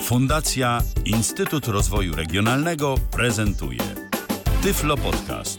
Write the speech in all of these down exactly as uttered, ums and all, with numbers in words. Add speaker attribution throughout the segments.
Speaker 1: Fundacja Instytut Rozwoju Regionalnego prezentuje Tyflo Podcast.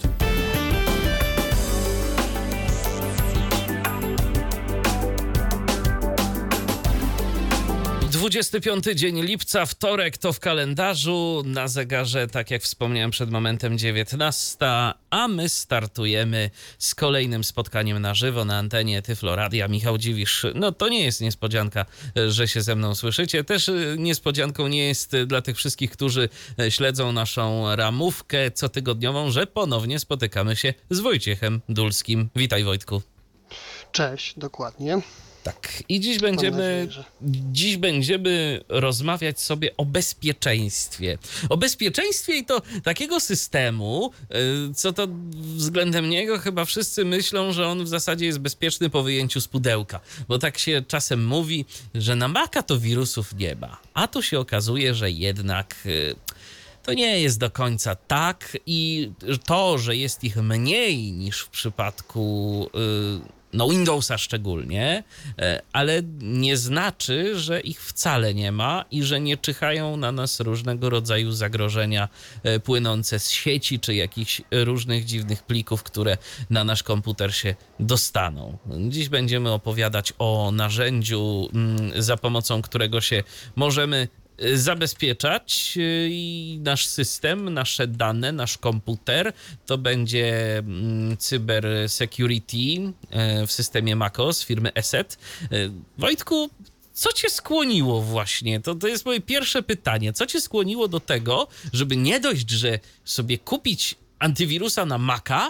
Speaker 2: dwudziesty piąty dzień lipca, wtorek to w kalendarzu, na zegarze, tak jak wspomniałem przed momentem, dziewiętnasta, a my startujemy z kolejnym spotkaniem na żywo na antenie Tyflo Radia. Michał Dziwisz, no to nie jest niespodzianka, że się ze mną słyszycie. Też niespodzianką nie jest dla tych wszystkich, którzy śledzą naszą ramówkę cotygodniową, że ponownie spotykamy się z Wojciechem Dulskim. Witaj, Wojtku.
Speaker 3: Cześć, dokładnie.
Speaker 2: Tak, i dziś będziemy, nadzieję, że... dziś będziemy rozmawiać sobie o bezpieczeństwie. O bezpieczeństwie i to takiego systemu, co to względem niego chyba wszyscy myślą, że on w zasadzie jest bezpieczny po wyjęciu z pudełka. Bo tak się czasem mówi, że na Maca to wirusów nie ma. A tu się okazuje, że jednak to nie jest do końca tak i to, że jest ich mniej niż w przypadku... no Windowsa szczególnie, ale nie znaczy, że ich wcale nie ma i że nie czyhają na nas różnego rodzaju zagrożenia płynące z sieci czy jakichś różnych dziwnych plików, które na nasz komputer się dostaną. Dziś będziemy opowiadać o narzędziu, za pomocą którego się możemy zabezpieczać i nasz system, nasze dane, nasz komputer. To będzie Cyber Security w systemie MacOS firmy ESET. Wojtku, co cię skłoniło właśnie? To, to jest moje pierwsze pytanie. Co cię skłoniło do tego, żeby nie dość, że sobie kupić antywirusa na Maca,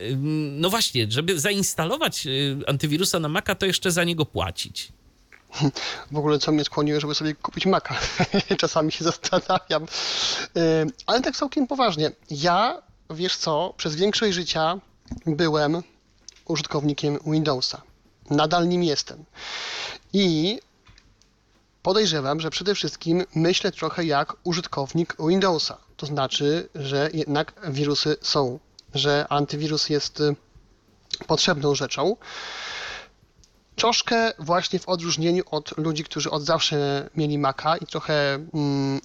Speaker 2: no właśnie, żeby zainstalować antywirusa na Maca, to jeszcze za niego płacić?
Speaker 3: W ogóle co mnie skłoniło, żeby sobie kupić Maca. Czasami się zastanawiam. Ale tak całkiem poważnie. Ja, wiesz co, przez większość życia byłem użytkownikiem Windowsa. Nadal nim jestem. I podejrzewam, że przede wszystkim myślę trochę jak użytkownik Windowsa. To znaczy, że jednak wirusy są. Że antywirus jest potrzebną rzeczą. Troszkę właśnie w odróżnieniu od ludzi, którzy od zawsze mieli Maca i trochę, hmm,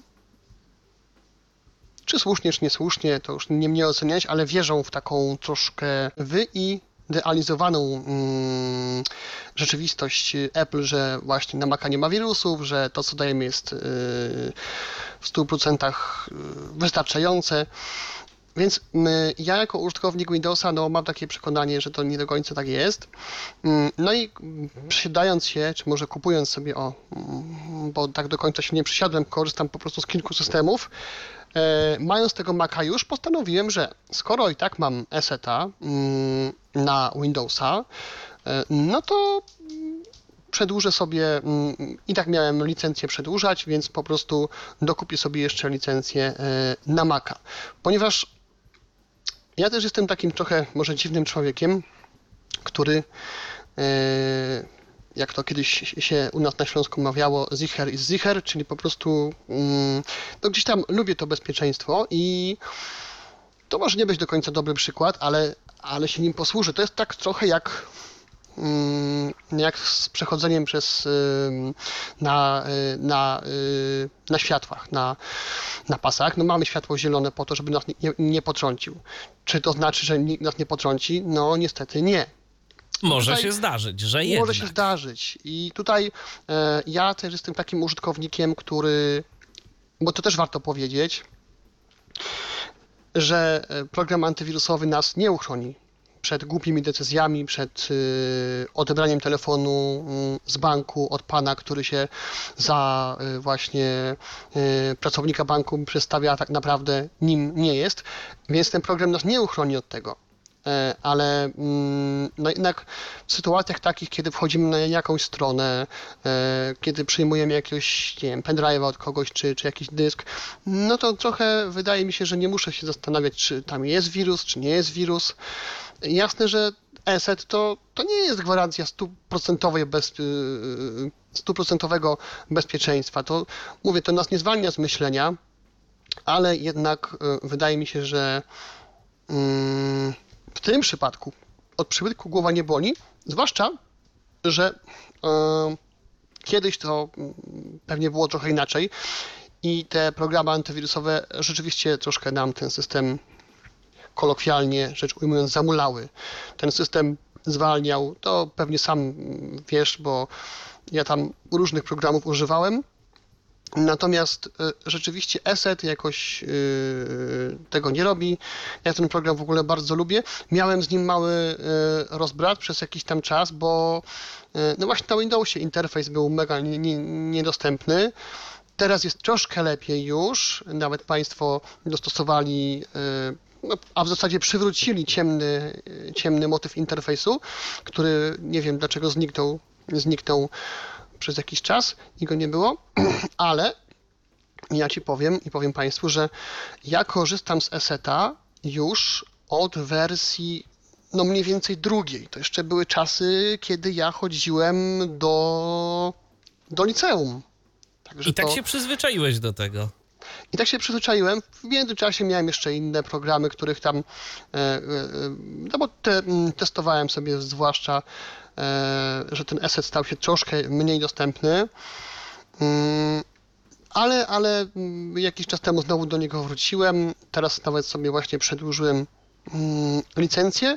Speaker 3: czy słusznie, czy niesłusznie, to już nie mnie oceniać, ale wierzą w taką troszkę wyidealizowaną hmm, rzeczywistość Apple, że właśnie na Maca nie ma wirusów, że to, co dajemy, jest yy, w stu procentach wystarczające. Więc ja jako użytkownik Windowsa no, mam takie przekonanie, że to nie do końca tak jest. No i przysiadając się, czy może kupując sobie, o, bo tak do końca się nie przysiadłem, korzystam po prostu z kilku systemów, e, mając tego Maca już, postanowiłem, że skoro i tak mam ESETA na Windowsa, e, no to przedłużę sobie, i tak miałem licencję przedłużać, więc po prostu dokupię sobie jeszcze licencję na Maca. Ponieważ ja też jestem takim trochę może dziwnym człowiekiem, który, jak to kiedyś się u nas na Śląsku mawiało, sicher ist sicher, czyli po prostu no gdzieś tam lubię to bezpieczeństwo i to może nie być do końca dobry przykład, ale, ale się nim posłużę. To jest tak trochę jak jak z przechodzeniem przez na, na, na światłach, na, na pasach. No mamy światło zielone po to, żeby nas nie, nie potrącił. Czy to znaczy, że nikt nas nie potrąci? No niestety nie.
Speaker 2: Może
Speaker 3: tutaj
Speaker 2: się zdarzyć, że jednak.
Speaker 3: Może się zdarzyć. I tutaj e, ja też jestem takim użytkownikiem, który, bo to też warto powiedzieć, że program antywirusowy nas nie uchroni przed głupimi decyzjami, przed y, odebraniem telefonu y, z banku od pana, który się za y, właśnie y, pracownika banku przedstawia, a tak naprawdę nim nie jest. Więc ten program nas nie uchroni od tego. E, ale mm, no jednak w sytuacjach takich, kiedy wchodzimy na jakąś stronę, e, kiedy przyjmujemy jakiegoś, nie wiem, pendrive'a od kogoś, czy, czy jakiś dysk, no to trochę wydaje mi się, że nie muszę się zastanawiać, czy tam jest wirus, czy nie jest wirus. Jasne, że ESET to, to nie jest gwarancja stuprocentowej bez, stuprocentowego bezpieczeństwa. To mówię, to nas nie zwalnia z myślenia, ale jednak wydaje mi się, że w tym przypadku od przybytku głowa nie boli, zwłaszcza, że Kiedyś to pewnie było trochę inaczej i te programy antywirusowe rzeczywiście troszkę nam ten system, kolokwialnie rzecz ujmując, zamulały. Ten system zwalniał, to pewnie sam wiesz, bo ja tam różnych programów używałem. Natomiast rzeczywiście ESET jakoś tego nie robi. Ja ten program w ogóle bardzo lubię. Miałem z nim mały rozbrat przez jakiś tam czas, bo no właśnie na Windowsie interfejs był mega nie, nie, niedostępny. Teraz jest troszkę lepiej już. Nawet Państwo dostosowali, no, a w zasadzie przywrócili ciemny, ciemny motyw interfejsu, który nie wiem dlaczego zniknął, zniknął przez jakiś czas i go nie było, ale ja Ci powiem i powiem Państwu, że ja korzystam z ESETA już od wersji no mniej więcej drugiej. To jeszcze były czasy, kiedy ja chodziłem do, do liceum. Także
Speaker 2: I tak
Speaker 3: to...
Speaker 2: się przyzwyczaiłeś do tego.
Speaker 3: I tak się przyzwyczaiłem. W międzyczasie miałem jeszcze inne programy, których tam, no bo te, testowałem sobie zwłaszcza, że ten ESET stał się troszkę mniej dostępny, ale, ale jakiś czas temu znowu do niego wróciłem. Teraz nawet sobie właśnie przedłużyłem licencję.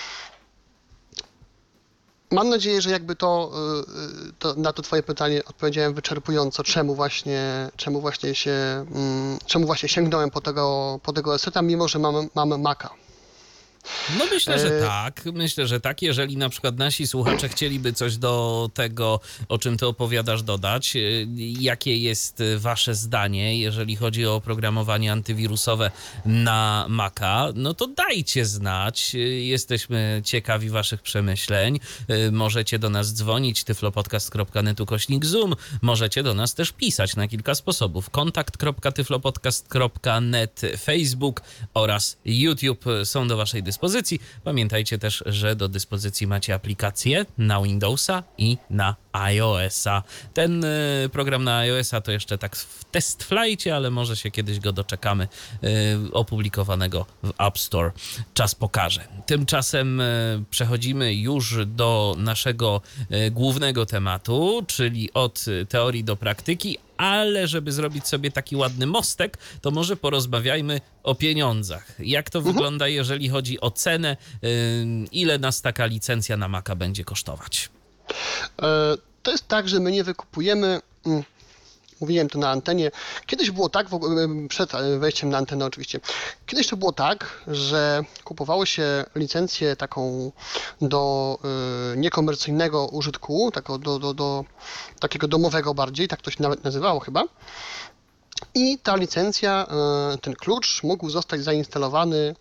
Speaker 3: Mam nadzieję, że jakby to, to na to Twoje pytanie odpowiedziałem wyczerpująco, czemu właśnie, czemu właśnie się, czemu właśnie sięgnąłem po tego, po tego ESETA, mimo że mamy, mamy Maca.
Speaker 2: No myślę, że
Speaker 3: E...
Speaker 2: tak. Myślę, że tak. Jeżeli na przykład nasi słuchacze chcieliby coś do tego, o czym ty opowiadasz, dodać, jakie jest wasze zdanie, jeżeli chodzi o oprogramowanie antywirusowe na Maca, no to dajcie znać. Jesteśmy ciekawi waszych przemyśleń. Możecie do nas dzwonić tyflopodcast kropka net ukośnik zoom. Możecie do nas też pisać na kilka sposobów. kontakt kropka tyflopodcast kropka net, Facebook oraz YouTube są do waszej dyspozycji. Pamiętajcie też, że do dyspozycji macie aplikacje na Windowsa i na iOS-a. Ten y, program na iOS-a to jeszcze tak w test flightie, ale może się kiedyś go doczekamy y, opublikowanego w App Store. Czas pokaże. Tymczasem y, przechodzimy już do naszego y, głównego tematu, czyli od teorii do praktyki, ale żeby zrobić sobie taki ładny mostek, to może porozmawiajmy o pieniądzach. Jak to mhm. wygląda, jeżeli chodzi o cenę? Ile nas taka licencja na Maca będzie kosztować?
Speaker 3: To jest tak, że my nie wykupujemy... Mówiłem to na antenie. Kiedyś było tak, przed wejściem na antenę oczywiście, kiedyś to było tak, że kupowało się licencję taką do y, niekomercyjnego użytku, tako, do, do, do takiego domowego bardziej, tak to się nawet nazywało chyba. I ta licencja, ten klucz mógł zostać zainstalowany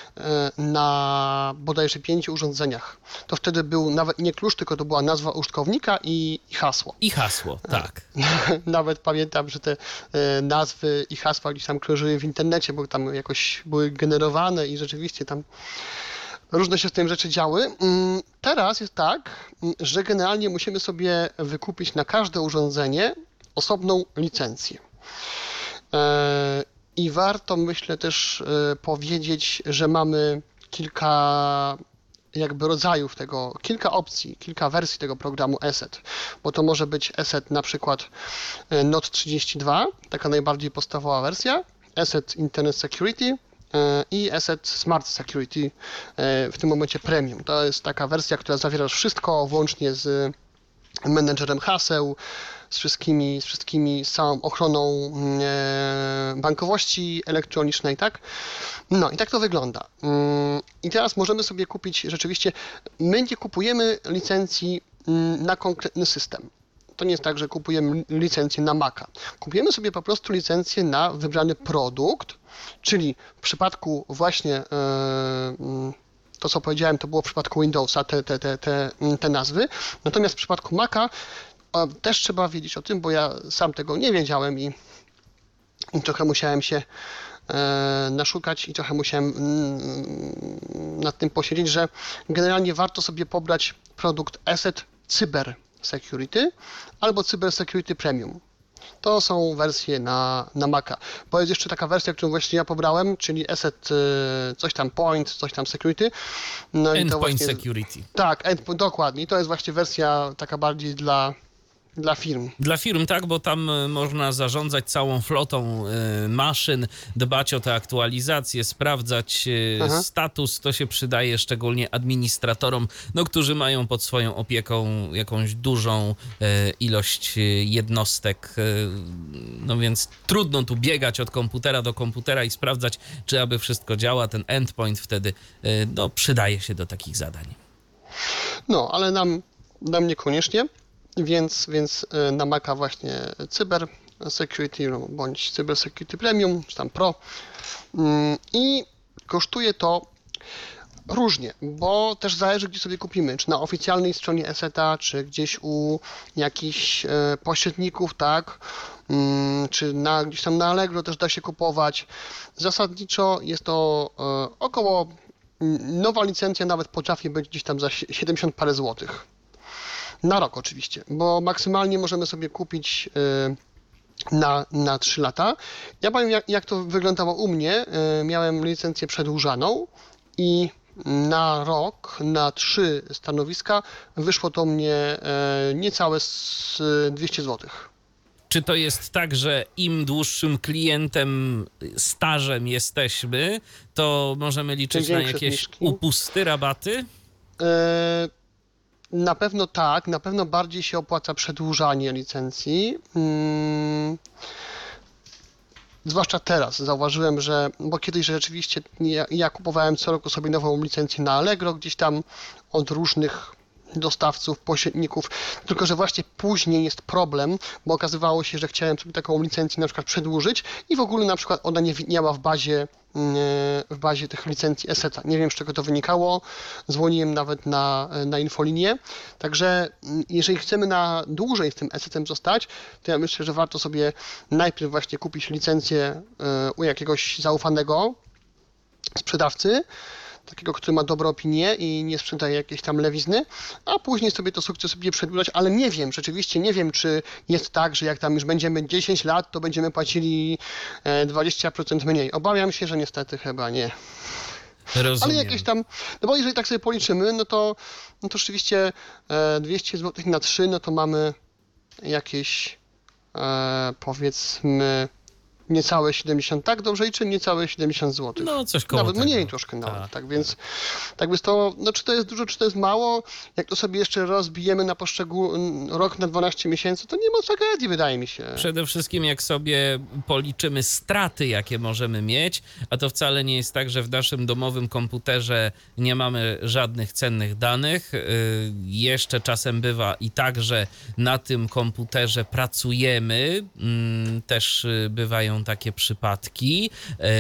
Speaker 3: na bodajże pięciu urządzeniach. To wtedy był nawet nie klucz, tylko to była nazwa użytkownika i, i hasło.
Speaker 2: I hasło, tak.
Speaker 3: Nawet pamiętam, że te nazwy i hasła gdzieś tam krążyły w internecie, bo tam jakoś były generowane i rzeczywiście tam różne się z tym rzeczy działy. Teraz jest tak, że generalnie musimy sobie wykupić na każde urządzenie osobną licencję. I warto, myślę, też powiedzieć, że mamy kilka jakby rodzajów tego, kilka opcji, kilka wersji tego programu ESET, bo to może być ESET na przykład Note trzydzieści dwa, taka najbardziej podstawowa wersja, ESET Internet Security i ESET Smart Security w tym momencie Premium. To jest taka wersja, która zawiera wszystko, włącznie z menedżerem haseł, z wszystkimi, z wszystkimi, z całą ochroną e, bankowości elektronicznej, tak? No i tak to wygląda. I teraz możemy sobie kupić rzeczywiście, my nie kupujemy licencji na konkretny system. To nie jest tak, że kupujemy licencję na Maca. Kupujemy sobie po prostu licencję na wybrany produkt, czyli w przypadku właśnie e, to, co powiedziałem, to było w przypadku Windowsa, te, te, te, te, te nazwy. Natomiast w przypadku Maca też trzeba wiedzieć o tym, bo ja sam tego nie wiedziałem i, i trochę musiałem się e, naszukać i trochę musiałem mm, nad tym posiedzieć, że generalnie warto sobie pobrać produkt ESET Cyber Security albo Cyber Security Premium. To są wersje na, na Maca. Bo jest jeszcze taka wersja, którą właśnie ja pobrałem, czyli ESET coś tam Point, coś tam Security. No
Speaker 2: Endpoint
Speaker 3: i to właśnie,
Speaker 2: Security.
Speaker 3: Tak, endpoint, dokładnie. I to jest właśnie wersja taka bardziej dla Dla firm.
Speaker 2: Dla firm, tak, bo tam można zarządzać całą flotą y, maszyn, dbać o te aktualizacje, sprawdzać y, status. To się przydaje szczególnie administratorom, no, którzy mają pod swoją opieką jakąś dużą y, ilość jednostek. Y, no więc trudno tu biegać od komputera do komputera i sprawdzać, czy aby wszystko działa. Ten endpoint wtedy y, no, przydaje się do takich zadań.
Speaker 3: No, ale nam, nam niekoniecznie. Więc, więc na Maca właśnie Cyber Security no, bądź Cyber Security Premium, czy tam Pro. I kosztuje to różnie, bo też zależy, gdzie sobie kupimy. Czy na oficjalnej stronie Eseta, czy gdzieś u jakichś pośredników, tak? Czy na, gdzieś tam na Allegro też da się kupować. Zasadniczo jest to około, nowa licencja nawet potrafi być gdzieś tam za siedemdziesiąt parę złotych. Na rok oczywiście, bo maksymalnie możemy sobie kupić y, na, na trzy lata. Ja powiem, jak, jak to wyglądało u mnie. Y, miałem licencję przedłużaną i na rok, na trzy stanowiska wyszło to mnie y, niecałe z dwieście złotych.
Speaker 2: Czy to jest tak, że im dłuższym klientem, stażem jesteśmy, to możemy liczyć na jakieś zniżki, upusty, rabaty?
Speaker 3: Y, Na pewno tak, na pewno bardziej się opłaca przedłużanie licencji. Hmm. Zwłaszcza teraz zauważyłem, że, bo kiedyś rzeczywiście ja, ja kupowałem co roku sobie nową licencję na Allegro, gdzieś tam od różnych dostawców, pośredników, tylko że właśnie później jest problem, bo okazywało się, że chciałem sobie taką licencję na przykład przedłużyć i w ogóle na przykład ona nie widniała w bazie w bazie tych licencji Eseta. Nie wiem, z czego to wynikało. Dzwoniłem nawet na, na infolinię. Także jeżeli chcemy na dłużej z tym Esetem zostać, to ja myślę, że warto sobie najpierw właśnie kupić licencję u jakiegoś zaufanego sprzedawcy, takiego, który ma dobre opinie i nie sprzedaje jakiejś tam lewizny, a później sobie to sukcesywnie przedłużać, ale nie wiem, rzeczywiście nie wiem, czy jest tak, że jak tam już będziemy dziesięć lat, to będziemy płacili dwadzieścia procent mniej. Obawiam się, że niestety chyba nie.
Speaker 2: Rozumiem.
Speaker 3: Ale jakieś tam, no bo jeżeli tak sobie policzymy, no to, no to rzeczywiście dwieście złotych na trzy, no to mamy jakieś e, powiedzmy niecałe siedemdziesiąt, tak dobrze liczę, niecałe siedemdziesiąt złotych.
Speaker 2: No coś koło
Speaker 3: Nawet
Speaker 2: tego.
Speaker 3: mniej troszkę nawet,
Speaker 2: tak.
Speaker 3: tak więc tak by to, no czy to jest dużo, czy to jest mało, jak to sobie jeszcze rozbijemy na poszczególny rok na dwanaście miesięcy, to nie ma tragedii, wydaje mi się.
Speaker 2: Przede wszystkim jak sobie policzymy straty, jakie możemy mieć, a to wcale nie jest tak, że w naszym domowym komputerze nie mamy żadnych cennych danych. Yy, jeszcze czasem bywa i tak, że na tym komputerze pracujemy, yy, też yy, bywają takie przypadki,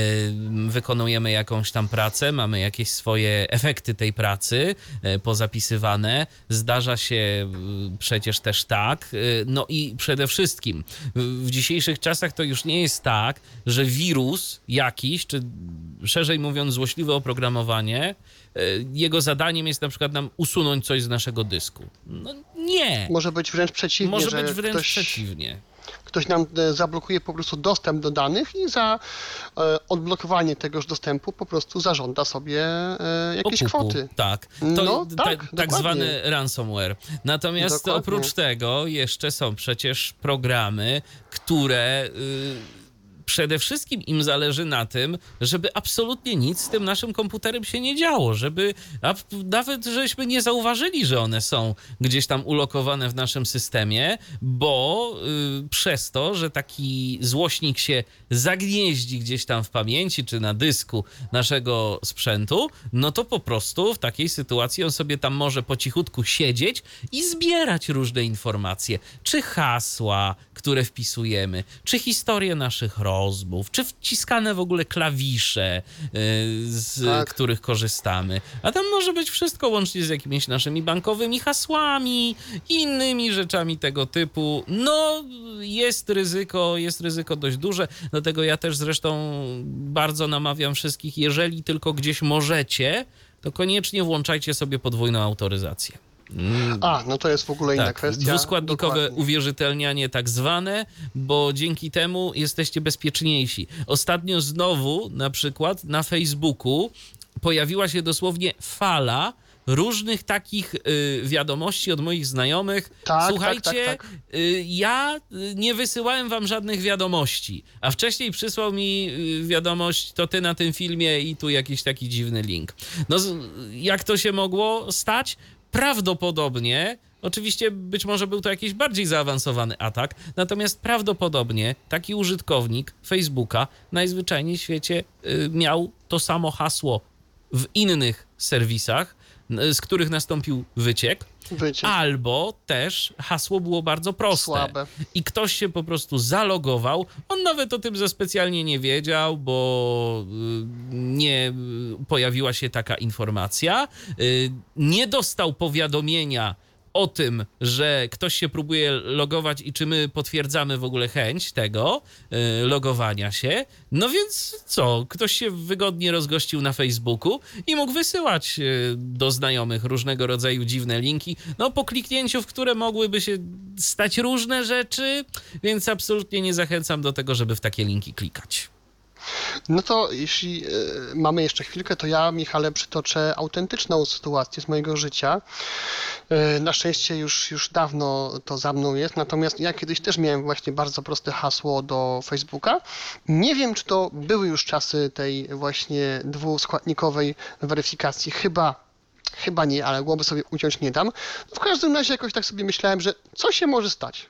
Speaker 2: wykonujemy jakąś tam pracę, mamy jakieś swoje efekty tej pracy pozapisywane, zdarza się przecież też tak, no i przede wszystkim w dzisiejszych czasach to już nie jest tak, że wirus jakiś, czy szerzej mówiąc złośliwe oprogramowanie, jego zadaniem jest na przykład nam usunąć coś z naszego dysku. No nie.
Speaker 3: Może być wręcz przeciwnie.
Speaker 2: Może
Speaker 3: że
Speaker 2: być wręcz
Speaker 3: ktoś...
Speaker 2: przeciwnie.
Speaker 3: Ktoś nam zablokuje po prostu dostęp do danych i za e, odblokowanie tegoż dostępu po prostu zażąda sobie e, jakieś
Speaker 2: Okupu,
Speaker 3: kwoty.
Speaker 2: Tak, to
Speaker 3: no,
Speaker 2: ta,
Speaker 3: tak,
Speaker 2: tak zwany ransomware. Natomiast
Speaker 3: Dokładnie.
Speaker 2: oprócz tego jeszcze są przecież programy, które... Yy, przede wszystkim im zależy na tym, żeby absolutnie nic z tym naszym komputerem się nie działo, żeby nawet żeśmy nie zauważyli, że one są gdzieś tam ulokowane w naszym systemie, bo y, przez to, że taki złośnik się zagnieździ gdzieś tam w pamięci czy na dysku naszego sprzętu, no to po prostu w takiej sytuacji on sobie tam może po cichutku siedzieć i zbierać różne informacje, czy hasła, które wpisujemy, czy historię naszych rozmów, czy wciskane w ogóle klawisze, z tak. których korzystamy. A tam może być wszystko łącznie z jakimiś naszymi bankowymi hasłami, innymi rzeczami tego typu. No, jest ryzyko, jest ryzyko dość duże, dlatego ja też zresztą bardzo namawiam wszystkich, jeżeli tylko gdzieś możecie, to koniecznie włączajcie sobie podwójną autoryzację.
Speaker 3: A, no to jest w ogóle inna
Speaker 2: tak,
Speaker 3: kwestia.
Speaker 2: Dwuskładnikowe
Speaker 3: Dokładnie.
Speaker 2: uwierzytelnianie tak zwane, bo dzięki temu jesteście bezpieczniejsi. Ostatnio znowu na przykład na Facebooku pojawiła się dosłownie fala różnych takich y, wiadomości od moich znajomych.
Speaker 3: Tak,
Speaker 2: Słuchajcie,
Speaker 3: tak, tak, tak.
Speaker 2: Y, ja nie wysyłałem wam żadnych wiadomości, a wcześniej przysłał mi y, wiadomość, to ty na tym filmie i tu jakiś taki dziwny link. No z- jak to się mogło stać? Prawdopodobnie, oczywiście być może był to jakiś bardziej zaawansowany atak, natomiast prawdopodobnie taki użytkownik Facebooka najzwyczajniej w świecie y, miał to samo hasło w innych serwisach, y, z których nastąpił wyciek,
Speaker 3: Wyciek.
Speaker 2: albo też hasło było bardzo proste.
Speaker 3: Słabe.
Speaker 2: I ktoś się po prostu zalogował. On nawet o tym za specjalnie nie wiedział, bo y, nie y, pojawiła się taka informacja. Y, nie dostał powiadomienia o tym, że ktoś się próbuje logować i czy my potwierdzamy w ogóle chęć tego y, logowania się. No więc co? Ktoś się wygodnie rozgościł na Facebooku i mógł wysyłać y, do znajomych różnego rodzaju dziwne linki, no po kliknięciu, w które mogłyby się stać różne rzeczy, więc absolutnie nie zachęcam do tego, żeby w takie linki klikać.
Speaker 3: No to jeśli e, mamy jeszcze chwilkę, to ja, Michale, przytoczę autentyczną sytuację z mojego życia. E, na szczęście już, już dawno to za mną jest, natomiast ja kiedyś też miałem właśnie bardzo proste hasło do Facebooka. Nie wiem, czy to były już czasy tej właśnie dwuskładnikowej weryfikacji. Chyba Chyba nie, ale głowy sobie uciąć nie dam. W każdym razie jakoś tak sobie myślałem, że co się może stać?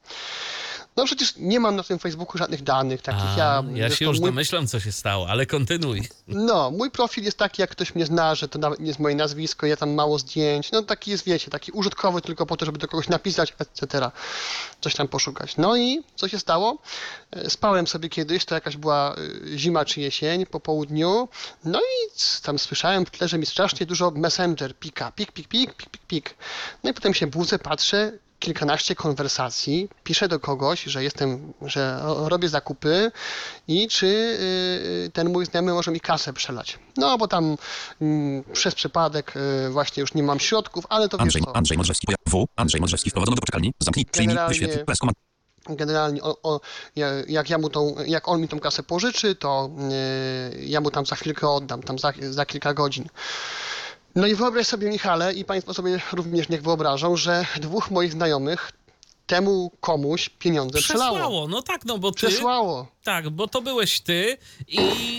Speaker 3: No przecież nie mam na tym Facebooku żadnych danych takich.
Speaker 2: A,
Speaker 3: ja
Speaker 2: ja się
Speaker 3: zresztą
Speaker 2: już
Speaker 3: mój,
Speaker 2: domyślam, co się stało, ale kontynuuj.
Speaker 3: No, mój profil jest taki, jak ktoś mnie zna, że to nawet nie jest moje nazwisko, ja tam mało zdjęć. No taki jest, wiecie, taki użytkowy tylko po to, żeby do kogoś napisać, et cetera. Coś tam poszukać. No i co się stało? E, Spałem sobie kiedyś, to jakaś była e, zima czy jesień, po południu. No i c- tam słyszałem w tle, że mi strasznie dużo Messenger pika, pik, pik, pik, pik, pik, pik. No i potem się budzę, patrzę, kilkanaście konwersacji, piszę do kogoś, że jestem, że robię zakupy i czy y, ten mój znajomy może mi kasę przelać. No bo tam mm, przez przypadek y, właśnie już nie mam środków, ale to
Speaker 4: Andrzej,
Speaker 3: wiesz co,
Speaker 4: Andrzej Modrzewski, poja- W. Andrzej Modrzewski wprowadzono do poczekalni. Zamknij, przyjmij,
Speaker 3: Generalnie-
Speaker 4: wyświetl, press command.
Speaker 3: generalnie o, o, ja- jak, ja mu tą, jak on mi tą kasę pożyczy, to y, ja mu tam za chwilkę oddam, tam za, za kilka godzin. No i wyobraź sobie, Michale, i Państwo sobie również niech wyobrażą, że dwóch moich znajomych temu komuś pieniądze przelało.
Speaker 2: Przesłało, no tak, no bo ty...
Speaker 3: Przesłało.
Speaker 2: Tak, bo to byłeś ty i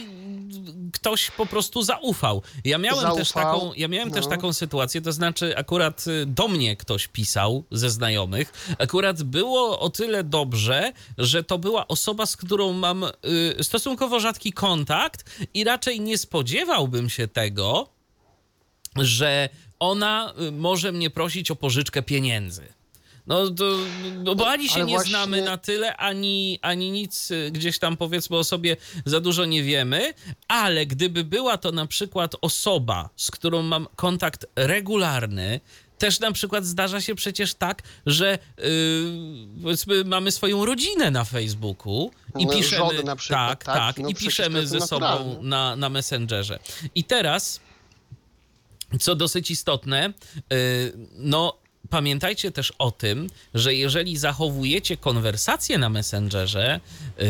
Speaker 2: ktoś po prostu zaufał. Ja miałem,
Speaker 3: Zaufał,
Speaker 2: też, taką, ja miałem
Speaker 3: no.
Speaker 2: też taką sytuację, to znaczy akurat y, do mnie ktoś pisał ze znajomych. Akurat było o tyle dobrze, że to była osoba, z którą mam y, stosunkowo rzadki kontakt i raczej nie spodziewałbym się tego, że ona y, może mnie prosić o pożyczkę pieniędzy. No, to, no bo ani się
Speaker 3: Ale
Speaker 2: nie
Speaker 3: właśnie-
Speaker 2: znamy na tyle, ani, ani nic y, gdzieś tam powiedzmy o sobie za dużo nie wiemy, ale gdyby była to na przykład osoba, z którą mam kontakt regularny, też na przykład zdarza się przecież tak, że yy, powiedzmy mamy swoją rodzinę na Facebooku i
Speaker 3: No,
Speaker 2: piszemy,
Speaker 3: żony na przykład,
Speaker 2: tak,
Speaker 3: tak?
Speaker 2: tak,
Speaker 3: No
Speaker 2: i
Speaker 3: przecież to
Speaker 2: piszemy
Speaker 3: jest
Speaker 2: ze sobą
Speaker 3: naturalne.
Speaker 2: na, na Messengerze. I teraz co dosyć istotne, yy, no pamiętajcie też o tym, że jeżeli zachowujecie konwersację na Messengerze, yy,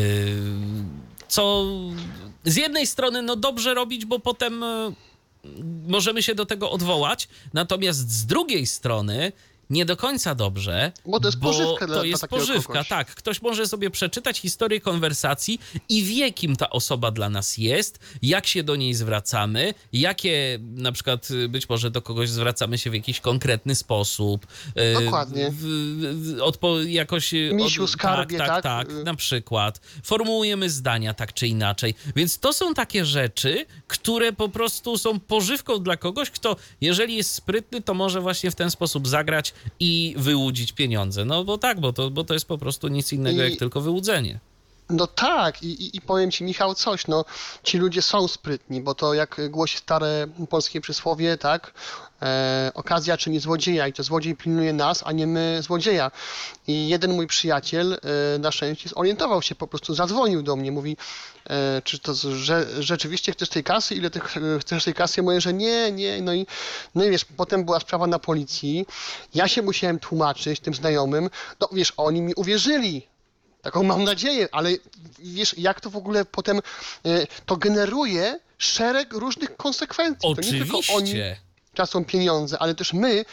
Speaker 2: co z jednej strony no dobrze robić, bo potem yy, możemy się do tego odwołać, natomiast z drugiej strony nie do końca dobrze,
Speaker 3: Bo to jest pożywka dla-
Speaker 2: to
Speaker 3: dla
Speaker 2: jest
Speaker 3: takiego
Speaker 2: pożywka,
Speaker 3: kogoś.
Speaker 2: tak. Ktoś może sobie przeczytać historię konwersacji i wie, kim ta osoba dla nas jest, jak się do niej zwracamy, jakie na przykład y, być może do kogoś zwracamy się w jakiś konkretny sposób. y,
Speaker 3: Dokładnie.
Speaker 2: W, w, odpo, jakoś... y,
Speaker 3: Misiu, skarbie,
Speaker 2: tak, tak,
Speaker 3: tak?
Speaker 2: tak, na przykład. Formułujemy zdania tak czy inaczej. Więc to są takie rzeczy, które po prostu są pożywką dla kogoś, kto jeżeli jest sprytny, to może właśnie w ten sposób zagrać i wyłudzić pieniądze. No bo tak, bo to, bo to jest po prostu nic innego
Speaker 3: I-
Speaker 2: jak tylko wyłudzenie.
Speaker 3: No tak, i, i, i powiem ci, Michał, coś, no ci ludzie są sprytni, bo to jak głosi stare polskie przysłowie, tak, e, okazja czyni złodzieja i to złodziej pilnuje nas, a nie my złodzieja. I jeden mój przyjaciel e, na szczęście zorientował się, po prostu zadzwonił do mnie, mówi, e, czy to że, rzeczywiście chcesz tej kasy, ile ty ch- chcesz tej kasy? Ja mówię, że nie, nie, no i, no i wiesz, potem była sprawa na policji, ja się musiałem tłumaczyć tym znajomym, no wiesz, oni mi uwierzyli. Taką mam nadzieję, ale wiesz, jak to w ogóle potem e, to generuje szereg różnych konsekwencji. To nie tylko oni,
Speaker 2: Oczywiście.
Speaker 3: tracą pieniądze, ale też my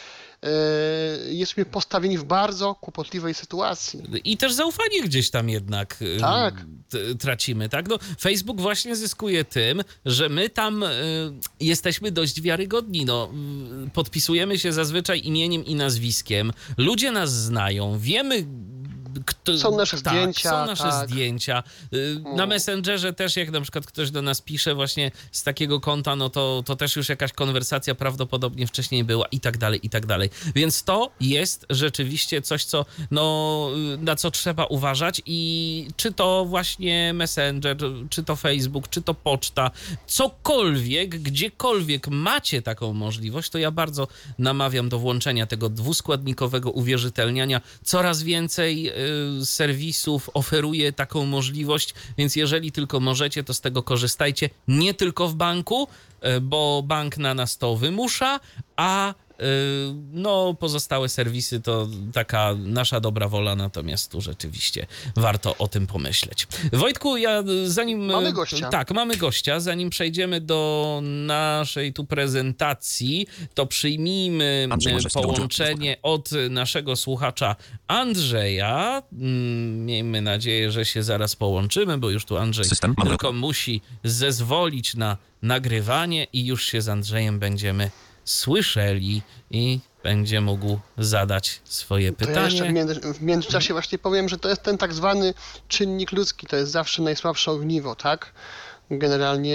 Speaker 3: e, jesteśmy postawieni w bardzo kłopotliwej sytuacji.
Speaker 2: I też zaufanie gdzieś tam jednak y,
Speaker 3: Tak.
Speaker 2: t- tracimy, tak? No, Facebook właśnie zyskuje tym, że my tam y, jesteśmy dość wiarygodni. No, y, podpisujemy się zazwyczaj imieniem i nazwiskiem. Ludzie nas znają, wiemy... Kto,
Speaker 3: Są nasze
Speaker 2: tak,
Speaker 3: zdjęcia,
Speaker 2: Są nasze
Speaker 3: tak.
Speaker 2: zdjęcia. Y, Na
Speaker 3: O.
Speaker 2: Messengerze też, jak na przykład ktoś do nas pisze właśnie z takiego konta, no to, to też już jakaś konwersacja prawdopodobnie wcześniej była i tak dalej, i tak dalej. Więc to jest rzeczywiście coś, co, no, y, na co trzeba uważać i czy to właśnie Messenger, czy to Facebook, czy to poczta, cokolwiek, gdziekolwiek macie taką możliwość, to ja bardzo namawiam do włączenia tego dwuskładnikowego uwierzytelniania. Coraz więcej y, serwisów oferuje taką możliwość, więc jeżeli tylko możecie, to z tego korzystajcie. Nie tylko w banku, y, bo bank na nas to wymusza, a y, no pozostałe serwisy to taka nasza dobra wola, natomiast tu rzeczywiście warto o tym pomyśleć. Wojtku, ja zanim...
Speaker 3: Mamy gościa.
Speaker 2: Tak, mamy gościa. Zanim przejdziemy do naszej tu prezentacji, to przyjmijmy
Speaker 4: Andrzej
Speaker 2: e,
Speaker 4: Możewski
Speaker 2: połączenie od naszego słuchacza Andrzeja. Mm, Miejmy nadzieję, że się zaraz połączymy, bo już tu Andrzej
Speaker 4: System, mamy
Speaker 2: tylko musi zezwolić na nagrywanie i już się z Andrzejem będziemy słyszeli i będzie mógł zadać swoje
Speaker 3: To ja jeszcze w,
Speaker 2: pytanie.
Speaker 3: między, w międzyczasie właśnie powiem, że to jest ten tak zwany czynnik ludzki, to jest zawsze najsłabsze ogniwo, tak? Generalnie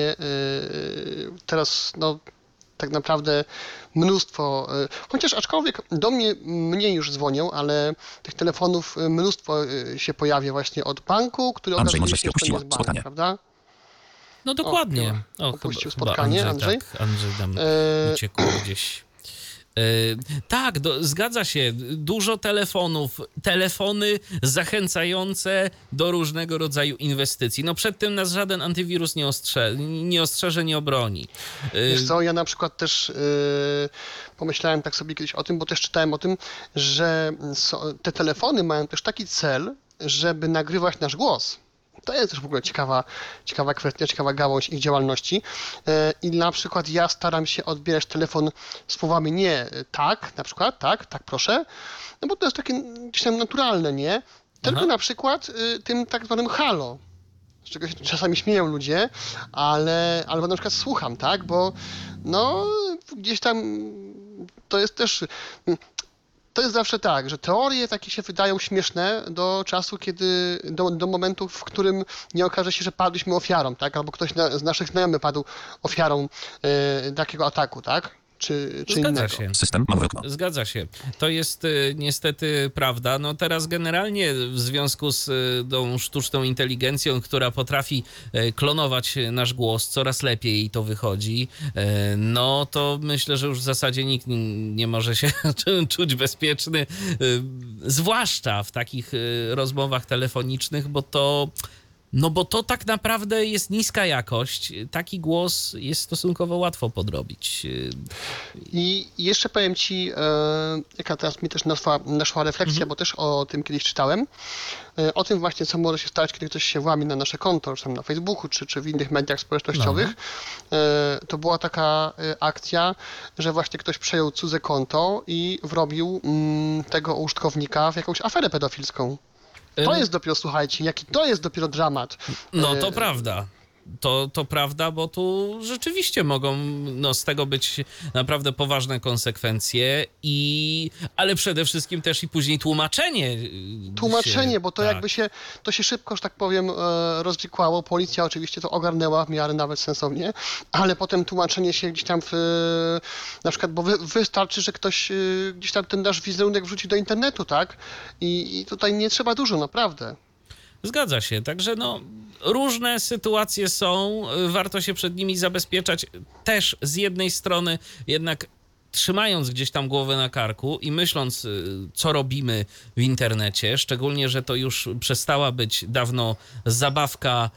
Speaker 3: yy, teraz no tak naprawdę mnóstwo, yy, chociaż aczkolwiek do mnie mniej już dzwonią, ale tych telefonów yy, mnóstwo yy, się pojawia właśnie od banku, który
Speaker 4: Andrzej
Speaker 3: okazuje się,
Speaker 4: Możewski
Speaker 3: że to nie
Speaker 4: opuściła
Speaker 3: jest bank,
Speaker 4: spotkanie.
Speaker 3: prawda?
Speaker 2: No dokładnie.
Speaker 3: O,
Speaker 2: O,
Speaker 3: opuścił
Speaker 2: chyba-
Speaker 3: spotkanie,
Speaker 2: chyba
Speaker 3: Andrzej?
Speaker 2: Tak, Andrzej nam
Speaker 3: Yy,
Speaker 2: uciekł gdzieś. Yy, tak, do, zgadza się. Dużo telefonów, telefony zachęcające do różnego rodzaju inwestycji. No przed tym nas żaden antywirus nie, ostrze, nie ostrzeże, nie obroni. Yy,
Speaker 3: Wiesz co, ja na przykład też yy, pomyślałem tak sobie kiedyś o tym, bo też czytałem o tym, że so, te telefony mają też taki cel, żeby nagrywać nasz głos. To jest też w ogóle ciekawa, ciekawa kwestia, ciekawa gałąź ich działalności. Yy, I na przykład ja staram się odbierać telefon słowami nie tak, na przykład, tak, tak proszę, no bo to jest takie gdzieś tam naturalne, nie? Tylko
Speaker 2: Aha.
Speaker 3: na przykład yy, tym tak zwanym halo. Z czego się czasami śmieją ludzie, ale albo na przykład słucham, tak, bo no gdzieś tam to jest też, to jest zawsze tak, że teorie takie się wydają śmieszne do czasu, kiedy, do, do momentu, w którym nie okaże się, że padliśmy ofiarą, tak, albo ktoś na, z naszych znajomych padł ofiarą e, takiego ataku, tak, czy, czy
Speaker 2: Zgadza
Speaker 3: innego.
Speaker 2: się.
Speaker 4: System, mamy okno.
Speaker 2: Zgadza się. To jest y, niestety prawda. No teraz generalnie w związku z y, tą sztuczną inteligencją, która potrafi y, klonować nasz głos, coraz lepiej jej to wychodzi, y, no to myślę, że już w zasadzie nikt n- nie może się czuć bezpieczny, y, zwłaszcza w takich y, rozmowach telefonicznych, bo to no bo to tak naprawdę jest niska jakość. Taki głos jest stosunkowo łatwo podrobić. Y,
Speaker 3: I jeszcze powiem Ci, e, jaka teraz mi też naszła, naszła refleksja,
Speaker 2: Mhm.
Speaker 3: bo też o tym kiedyś czytałem, e, o tym właśnie, co może się stać, kiedy ktoś się włamie na nasze konto, czy tam na Facebooku, czy, czy w innych mediach społecznościowych. E, to była taka e, akcja, że właśnie ktoś przejął cudze konto i wrobił mm, tego użytkownika w jakąś aferę pedofilską. To
Speaker 2: y,
Speaker 3: jest dopiero, słuchajcie, jaki to jest dopiero dramat.
Speaker 2: No to
Speaker 3: E,
Speaker 2: prawda. To, to prawda, bo tu rzeczywiście mogą no, z tego być naprawdę poważne konsekwencje, i, ale przede wszystkim też i później tłumaczenie. y,
Speaker 3: Tłumaczenie,
Speaker 2: się-
Speaker 3: bo to
Speaker 2: tak.
Speaker 3: jakby się, to się szybko, że tak powiem, e, rozwikłało. Policja oczywiście to ogarnęła w miarę nawet sensownie, ale potem tłumaczenie się gdzieś tam w, e, na przykład, bo wy, wystarczy, że ktoś e, gdzieś tam ten nasz wizerunek wrzuci do internetu, tak? I, i tutaj nie trzeba dużo, naprawdę.
Speaker 2: Zgadza się, także no różne sytuacje są, y, warto się przed nimi zabezpieczać. Też z jednej strony jednak trzymając gdzieś tam głowę na karku i myśląc, co robimy w internecie, szczególnie, że to już przestała być dawno zabawka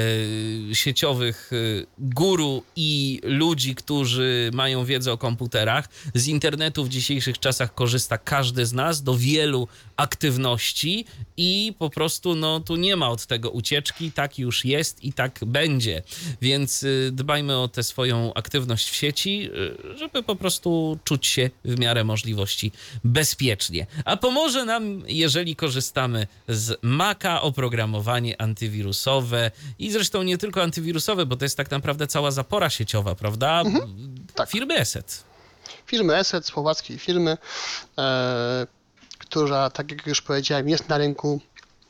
Speaker 2: e, sieciowych e, guru i ludzi, którzy mają wiedzę o komputerach. Z internetu w dzisiejszych czasach korzysta każdy z nas do wielu aktywności i po prostu no tu nie ma od tego ucieczki, tak już jest i tak będzie. Więc y, dbajmy o tę swoją aktywność w sieci, y, żeby po prostu czuć się w miarę możliwości bezpiecznie. A pomoże nam, jeżeli korzystamy z Maca, oprogramowanie antywirusowe i zresztą nie tylko antywirusowe, bo to jest tak naprawdę cała zapora sieciowa, prawda? Mhm,
Speaker 3: tak.
Speaker 2: Firmy Eset.
Speaker 3: Firmy Eset, słowackiej firmy, e, która, tak jak już powiedziałem, jest na rynku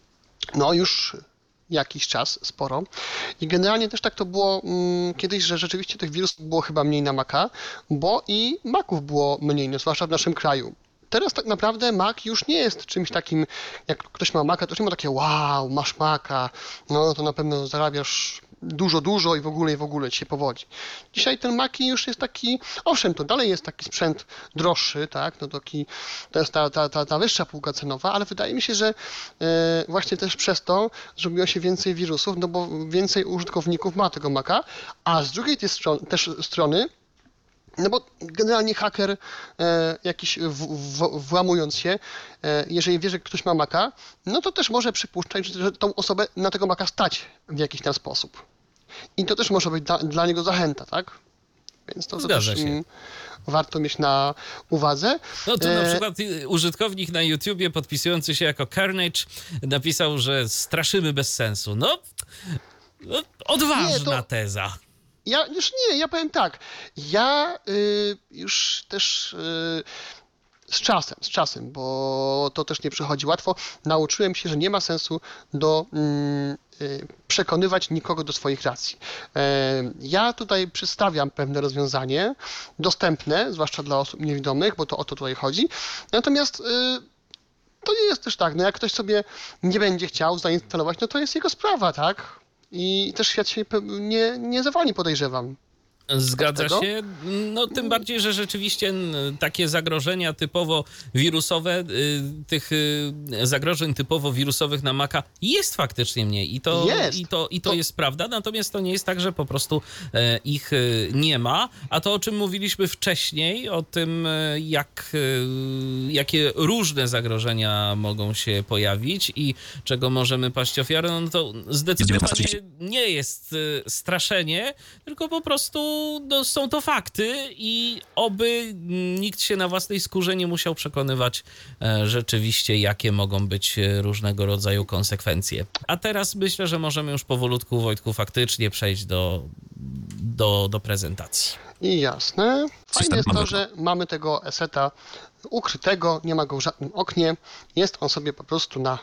Speaker 3: no już jakiś czas, sporo. I generalnie też tak to było mm, kiedyś, że rzeczywiście tych wirusów było chyba mniej na Maca, bo i Maców było mniej, no, zwłaszcza w naszym kraju. Teraz tak naprawdę Mac już nie jest czymś takim, jak ktoś ma Maca, to już nie ma takie wow, masz Maca, no to na pewno zarabiasz dużo, dużo i w ogóle, i w ogóle ci się powodzi. Dzisiaj ten Mac już jest taki, owszem, to dalej jest taki sprzęt droższy, tak, no taki, to jest ta, ta, ta, ta wyższa półka cenowa, ale wydaje mi się, że e, właśnie też przez to zrobiło się więcej wirusów, no bo więcej użytkowników ma tego Maca, a z drugiej tej stron- też strony, no bo generalnie haker e, jakiś w, w, włamując się, e, jeżeli wie, że ktoś ma Maca, no to też może przypuszczać, że, że tą osobę na tego Maca stać w jakiś tam sposób. I to też może być da, dla niego zachęta, tak? Więc to, to też m, warto mieć na uwadze.
Speaker 2: No to na przykład użytkownik na YouTubie podpisujący się jako Carnage napisał, że straszymy bez sensu. No, no odważna nie, to... teza.
Speaker 3: Ja już nie, ja powiem tak, ja y, już też y, z czasem, z czasem, bo to też nie przychodzi łatwo, nauczyłem się, że nie ma sensu do y, y, przekonywać nikogo do swoich racji. Y, ja tutaj przedstawiam pewne rozwiązanie dostępne, zwłaszcza dla osób niewidomych, bo to o to tutaj chodzi, natomiast y, to nie jest też tak, no jak ktoś sobie nie będzie chciał zainstalować, no to jest jego sprawa, tak? I też świat się nie, nie zawolni, podejrzewam.
Speaker 2: Zgadza się. No tym bardziej, że rzeczywiście takie zagrożenia typowo wirusowe, tych zagrożeń typowo wirusowych na Maca jest faktycznie mniej i to jest, i to, i to, to jest prawda, natomiast to nie jest tak, że po prostu ich nie ma, a to o czym mówiliśmy wcześniej, o tym jak, jakie różne zagrożenia mogą się pojawić i czego możemy paść ofiarą, no to zdecydowanie nie jest straszenie, tylko po prostu no, są to fakty i oby nikt się na własnej skórze nie musiał przekonywać e, rzeczywiście, jakie mogą być różnego rodzaju konsekwencje. A teraz myślę, że możemy już powolutku, Wojtku, faktycznie przejść do, do, do prezentacji.
Speaker 3: I jasne. Fajne jest to, że mamy tego eseta ukrytego, nie ma go w żadnym oknie. Jest on sobie po prostu na...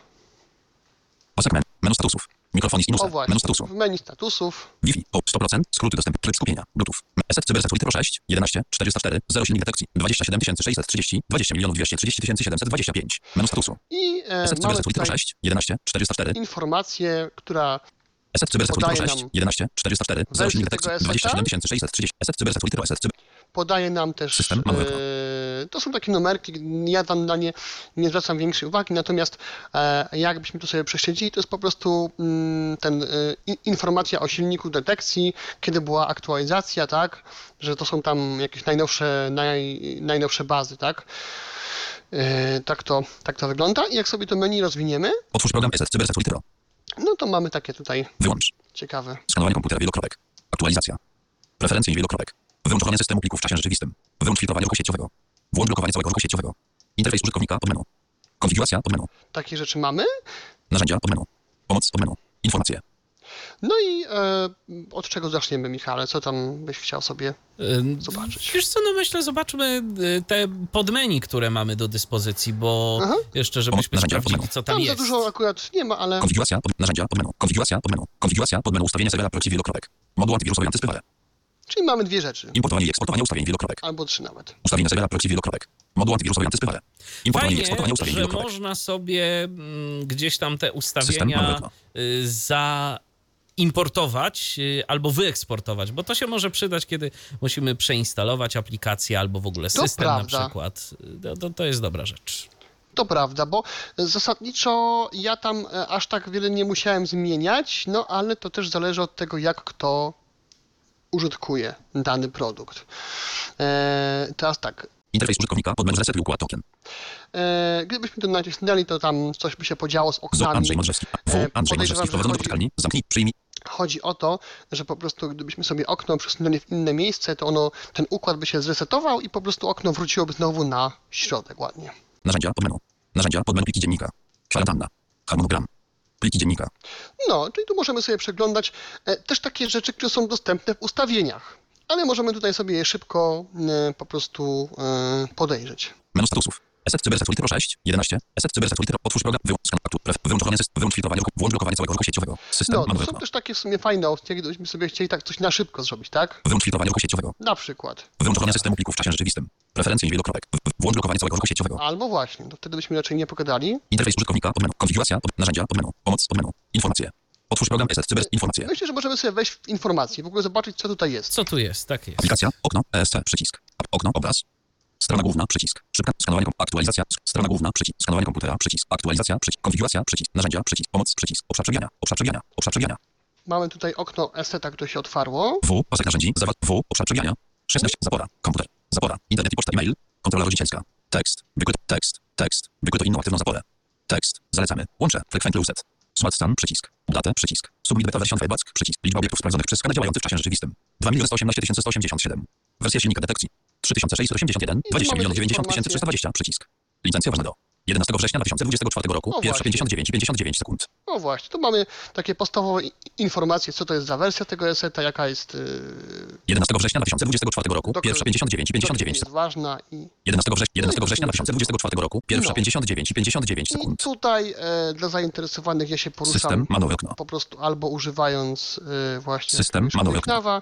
Speaker 4: Segment, menu statusów. Mikrofon jest
Speaker 3: o właśnie, menu statusu. W menu statusów.
Speaker 4: Wi-Fi o sto procent, skróty dostępu, tryb skupienia, Bluetooth. Eset CyberSet Ultra sześć, jedenaście, czterysta cztery, zero silnik detekcji, dwadzieścia siedem tysięcy sześćset trzydzieści, dwadzieścia milionów dwieście trzydzieści tysięcy siedemset dwadzieścia pięć. Menu statusu.
Speaker 3: I e,
Speaker 4: Eset CyberSet Ultra sześć, jedenaście, czterysta cztery.
Speaker 3: Informację, która
Speaker 4: Eset CyberSet Ultra sześć, jedenaście, czterysta cztery, zero silnik detekcji, dwadzieścia siedem tysięcy sześćset trzydzieści. Eset CyberSet Ultra Eset Cyber...
Speaker 3: Podaje nam też,
Speaker 4: System,
Speaker 3: e, to są takie numerki, ja tam na nie nie zwracam większej uwagi, natomiast e, jakbyśmy to sobie prześledzili, to jest po prostu mm, ten e, informacja o silniku detekcji, kiedy była aktualizacja, tak, że to są tam jakieś najnowsze, naj, najnowsze bazy, tak. E, tak, to, tak to wygląda i jak sobie to menu rozwiniemy,
Speaker 4: otwórz program Eset CyberSet Ultra.
Speaker 3: No to mamy takie tutaj
Speaker 4: wyłącz.
Speaker 3: Ciekawe.
Speaker 4: Skanowanie komputera wielokropek. Aktualizacja. Preferencje wielokropek. Wyłącz chowanie systemu plików w czasie rzeczywistym. Wyłącz filtrowanie ruchu sieciowego. Włącz blokowanie całego ruchu sieciowego. Interfejs użytkownika pod menu. Konfiguracja pod menu.
Speaker 3: Takie rzeczy mamy.
Speaker 4: Narzędzia pod menu. Pomoc pod menu. Informacje.
Speaker 3: No i e, od czego zaczniemy, Michale? Co tam byś chciał sobie zobaczyć?
Speaker 2: Wiesz co, no myślę, zobaczmy te podmenu, które mamy do dyspozycji, bo Aha. jeszcze, żebyśmy sprawdzili, co tam,
Speaker 3: tam
Speaker 2: jest.
Speaker 3: Tam za dużo akurat nie ma, ale...
Speaker 4: Konfiguracja, pod, narzędzia pod menu. Konfiguracja pod menu. Konfiguracja pod menu ustawienia serwera proxy wielokropek. Moduł antywirusowy antyspyware.
Speaker 3: Czyli mamy dwie rzeczy.
Speaker 4: Importowanie i eksportowanie ustawień wielokropek.
Speaker 3: Albo trzy nawet.
Speaker 4: Ustawienie serwera proxy wielokropek. Moduł antywirusowy antyspyware. Importowanie
Speaker 2: Fajnie,
Speaker 4: i eksportowanie ustawień
Speaker 2: że
Speaker 4: wielokropek.
Speaker 2: można sobie mm, gdzieś tam te ustawienia y, za importować y, albo wyeksportować, bo to się może przydać, kiedy musimy przeinstalować aplikację albo w ogóle
Speaker 3: To
Speaker 2: system na
Speaker 3: prawda.
Speaker 2: przykład. To, to, to jest dobra rzecz.
Speaker 3: To prawda, bo zasadniczo ja tam e, aż tak wiele nie musiałem zmieniać, no ale to też zależy od tego, jak kto użytkuje dany produkt. E, teraz tak,
Speaker 4: Interfejs użytkownika pod menu Reset i układ okien.
Speaker 3: e, gdybyśmy to nacisnęli, to tam coś by się podziało z
Speaker 4: Zo
Speaker 3: oknami.
Speaker 4: Andrzej Modrzewski. W.
Speaker 3: E,
Speaker 4: Andrzej
Speaker 3: podejrzewam,
Speaker 4: Modrzewski
Speaker 3: że
Speaker 4: wprowadzono do
Speaker 3: chodzi-
Speaker 4: poczekalni. Zamknij, przyjmij.
Speaker 3: Chodzi o to, że po prostu gdybyśmy sobie okno przesunęli w inne miejsce, to ono, ten układ by się zresetował i po prostu okno wróciłoby znowu na środek ładnie.
Speaker 4: Narzędzia pod menu. Narzędzia pod menu pliki dziennika. Kwarantanna. Harmonogram. Pliki dziennika.
Speaker 3: No, czyli tu możemy sobie przeglądać e, też takie rzeczy, które są dostępne w ustawieniach, ale możemy tutaj sobie je szybko e, po prostu e, podejrzeć.
Speaker 4: Menu statusów. Eset CyberSet Litro sześć, jedenaście. Eset CyberSet Litro. Otwórz program. Wyłącz skan aktu. Pref. Wyłącz ochronę system. Wyłącz filtrowanie ruchu. Włącz blokowanie całego ruchu sieciowego. System.
Speaker 3: No, to
Speaker 4: Manuel
Speaker 3: są
Speaker 4: okno.
Speaker 3: też takie w sumie fajne opcje, gdybyśmy sobie chcieli tak coś na szybko zrobić, tak?
Speaker 4: Wyłącz filtrowanie ruchu sieciowego.
Speaker 3: Na przykład.
Speaker 4: Wyłącz ochronę systemu plików w czasie rzeczywistym. Preferencje wielokropek. W- Włącz blokowanie całego ruchu sieciowego.
Speaker 3: Albo właśnie, to wtedy byśmy raczej nie pogadali.
Speaker 4: Interfejs użytkownika pod menu. Konfiguracja. Pod, narzędzia pod menu. Pomoc pod menu. Informacje. Otwórz program Eset Cyber. Informacje.
Speaker 3: Myślę, że możemy sobie wejść w informacje, w ogóle zobaczyć, co tutaj jest.
Speaker 2: Co tu jest? Tak jest.
Speaker 4: Aplikacja. Okno. E S C. Przycisk. Okno. Obraz. Strona główna. Przycisk. Szybka. Skanowanie. kom- Aktualizacja. Strona główna. Przycisk. Skanowanie komputera. Przycisk. Aktualizacja. Przycisk. Konfiguracja. Przycisk. Narzędzia. Przycisk. Pomoc. Przycisk. Obszar przewijania. Obszar przewijania. Obszar przewijania.
Speaker 3: Mamy tutaj okno Eseta, które się otwarło.
Speaker 4: W. Pasek narzędzi. Zawad. W. Obszar przewijania. szesnaście. Zapora. Komputer. Zapora. Internet i poczta e-mail. Kontrola rodzicielska. Tekst. Wykryto. Tekst. Tekst. Wykryto inną aktywną zaporę. Tekst. Zalecamy. Łącze. Frequently Uset. Smart Scan. Przycisk. Update. Przycisk. Submit beta version Fireback. Przycisk. Liczba obiektów sprawdzonych przez skanę działający w czasie rzeczywistym. dwa miliony sto osiemnaście tysięcy sto osiemdziesiąt siedem. Wersja silnika detekcji. trzy tysiące sześćset osiemdziesiąt jeden. dwadzieścia milionów dziewięćdziesiąt tysięcy trzysta dwadzieścia. Przycisk. Licencja ważna do jedenastego września dwa tysiące dwudziestego czwartego roku.
Speaker 3: O,
Speaker 4: Pierwsza
Speaker 3: właśnie.
Speaker 4: pięćdziesiąt dziewięć i pięćdziesiąt dziewięć sekund.
Speaker 3: No właśnie, tu mamy takie podstawowe i- informacje, co to jest za wersja tego Eseta, jaka jest, yy,
Speaker 4: jedenastego września dwa tysiące dwudziestego czwartego roku.
Speaker 3: Doktor-
Speaker 4: Pierwsza pięćdziesiąt dziewięć i pięćdziesiąt dziewięć
Speaker 3: jest
Speaker 4: sekund.
Speaker 3: ważna i
Speaker 4: jedenastego września, jedenastego września dwa tysiące dwudziestego czwartego roku. Pierwsza
Speaker 3: No.
Speaker 4: pięćdziesiąt dziewięć i pięćdziesiąt dziewięć
Speaker 3: I
Speaker 4: sekund.
Speaker 3: tutaj e, dla zainteresowanych ja się poruszam
Speaker 4: System. Manowe okno.
Speaker 3: po prostu albo używając e, właśnie
Speaker 4: System,
Speaker 3: jakiegoś
Speaker 4: manowe okno.
Speaker 3: Nawa,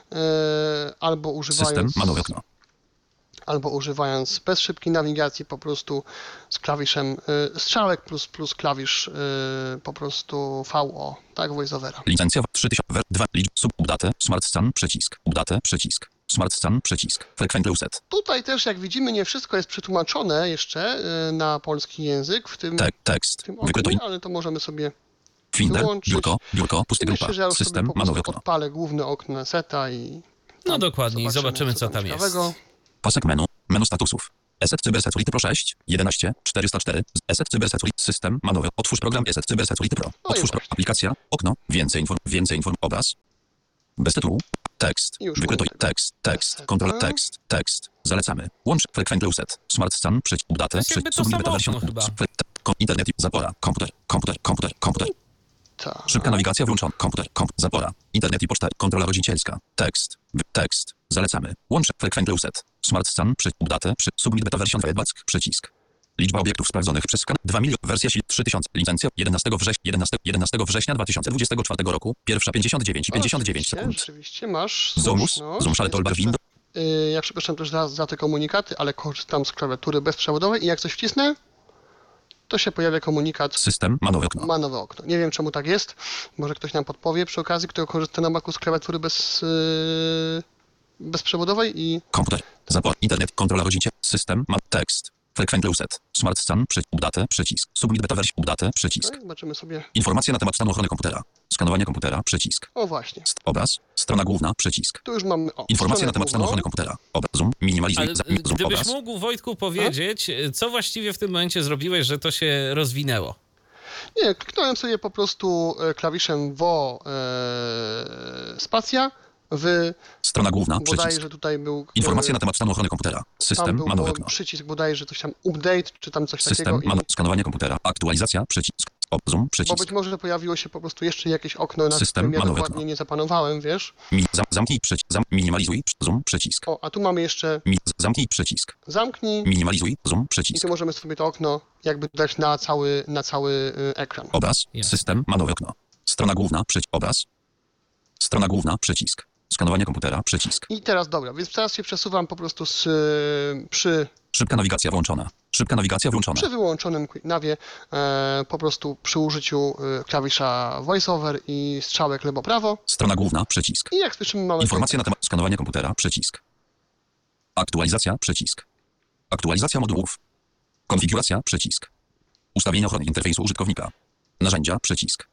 Speaker 3: e, albo
Speaker 4: System.
Speaker 3: używając
Speaker 4: Manowe okno.
Speaker 3: albo używając bez szybkiej nawigacji po prostu z klawiszem e, strzałek plus plus klawisz e, po prostu V O, tak, voiceovera.
Speaker 4: Licencja trzy tysiące dwa liczb sub update smart scan przycisk update przycisk smart scan przycisk frequently uset
Speaker 3: Tutaj też, jak widzimy, nie wszystko jest przetłumaczone jeszcze e, na polski język w tym,
Speaker 4: Tek, tekst
Speaker 3: w tym
Speaker 4: wykryto in
Speaker 3: oknie, ale to możemy sobie
Speaker 4: Finder
Speaker 3: wyłączyć.
Speaker 4: biurko biurko pusty grupa
Speaker 3: Myślę, że ja już
Speaker 4: system
Speaker 3: sobie po prostu
Speaker 4: manowe okno
Speaker 3: odpalę główne okno Seta i
Speaker 2: No dokładnie, i zobaczymy, co tam jest.
Speaker 3: ciekawego.
Speaker 4: pasek menu menu statusów Eset CyberSet Litro sześć jedenaście czterysta cztery Eset CyberSet system manowy otwórz program Eset CyberSet Litro
Speaker 3: No i
Speaker 4: otwórz pro,
Speaker 3: właśnie.
Speaker 4: aplikacja okno więcej inform więcej inform obraz bez tytułu tekst
Speaker 3: Już
Speaker 4: wykryto
Speaker 3: mamy tego.
Speaker 4: tekst tekst
Speaker 3: Eseta.
Speaker 4: kontrol tekst tekst zalecamy łącz frequently uset smart scan przycisk update
Speaker 2: jest jakby to
Speaker 4: submit beta
Speaker 2: samo
Speaker 4: version
Speaker 2: okno chyba.
Speaker 4: fre- ko- internet zapora komputer komputer komputer komputer
Speaker 3: Tak.
Speaker 4: szybka nawigacja włączona komputer komp zapora internet i poczta kontrola rodzicielska tekst w- tekst zalecamy łącz frequently uset smart scan przy update przy submit beta version Fireback przycisk liczba obiektów sprawdzonych przez skan dwa miliony wersja sil trzy tysiące licencja jedenastego września jedenastego, jedenastego września dwa tysiące dwudziestego czwartego roku pierwsza pięćdziesiąt dziewięć i pięćdziesiąt dziewięć
Speaker 3: Rzeczywiście,
Speaker 4: sekund
Speaker 3: Rzeczywiście masz
Speaker 4: Zomus
Speaker 3: słuszność.
Speaker 4: zoom szale tolbar window
Speaker 3: Yy, Ja przepraszam też za, za te komunikaty, ale korzystam z klawiatury bezprzewodowej i jak coś wcisnę, to się pojawia komunikat
Speaker 4: system manowe okno
Speaker 3: ma nowe okno. Nie wiem, czemu tak jest. Może ktoś nam podpowie przy okazji, kto korzysta na Macu z klawiatury bez, yy, bezprzewodowej i
Speaker 4: komputer zapora internet kontrola rodziciel system ma tekst frequently uset smart scan przy update przycisk submit beta version update przycisk
Speaker 3: no, zobaczymy sobie.
Speaker 4: informacje na temat stanu ochrony komputera skanowanie komputera przycisk
Speaker 3: O właśnie,
Speaker 4: St- obraz strona główna przycisk
Speaker 3: tu już mamy o,
Speaker 4: informacje
Speaker 3: stronę
Speaker 4: na temat stanu
Speaker 3: główną.
Speaker 4: ochrony komputera obraz zoom minimalizuj
Speaker 2: Ale
Speaker 4: za-
Speaker 2: y,
Speaker 4: zoom
Speaker 2: gdybyś
Speaker 4: obraz
Speaker 2: mógł, Wojtku, powiedzieć, y, co właściwie w tym momencie zrobiłeś, że to się rozwinęło?
Speaker 3: Nie, kliknąłem sobie po prostu e, klawiszem V O e, spacja w
Speaker 4: strona główna
Speaker 3: bodajże
Speaker 4: przycisk
Speaker 3: tutaj był
Speaker 4: informacje
Speaker 3: e,
Speaker 4: na temat stanu ochrony komputera
Speaker 3: tam
Speaker 4: system
Speaker 3: był
Speaker 4: manowe
Speaker 3: bo-
Speaker 4: okno
Speaker 3: przycisk bodajże coś tam update, czy tam coś
Speaker 4: system
Speaker 3: takiego.
Speaker 4: mano
Speaker 3: I,
Speaker 4: skanowanie komputera aktualizacja przycisk o, zoom
Speaker 3: bo
Speaker 4: przycisk
Speaker 3: być może pojawiło się po prostu jeszcze jakieś okno, nad
Speaker 4: System
Speaker 3: którym ja
Speaker 4: manowe
Speaker 3: dokładnie
Speaker 4: okno.
Speaker 3: nie zapanowałem, wiesz.
Speaker 4: mi, zam, zamknij przycisk zam, minimalizuj zoom przycisk
Speaker 3: O, a tu mamy jeszcze
Speaker 4: mi, z- zamknij przycisk
Speaker 3: zamknij
Speaker 4: minimalizuj zoom
Speaker 3: i
Speaker 4: przycisk
Speaker 3: tu możemy sobie to okno jakby dać na cały, na cały y, ekran.
Speaker 4: obraz
Speaker 2: Jasne.
Speaker 4: system manowe okno strona główna przycisk obraz strona główna przycisk Skanowanie komputera, przycisk.
Speaker 3: I teraz dobra, więc teraz się przesuwam po prostu z, y, przy,
Speaker 4: Szybka nawigacja włączona. Szybka nawigacja włączona.
Speaker 3: przy wyłączonym QuickNavie, e, po prostu przy użyciu y, klawisza VoiceOver i strzałek lewo-prawo.
Speaker 4: Strona główna, przycisk.
Speaker 3: I jak słyszymy, mamy...
Speaker 4: Informacje na temat skanowania komputera, przycisk. Aktualizacja, przycisk. Aktualizacja modułów. Konfiguracja, przycisk. Ustawienia ochrony interfejsu użytkownika. Narzędzia, przycisk.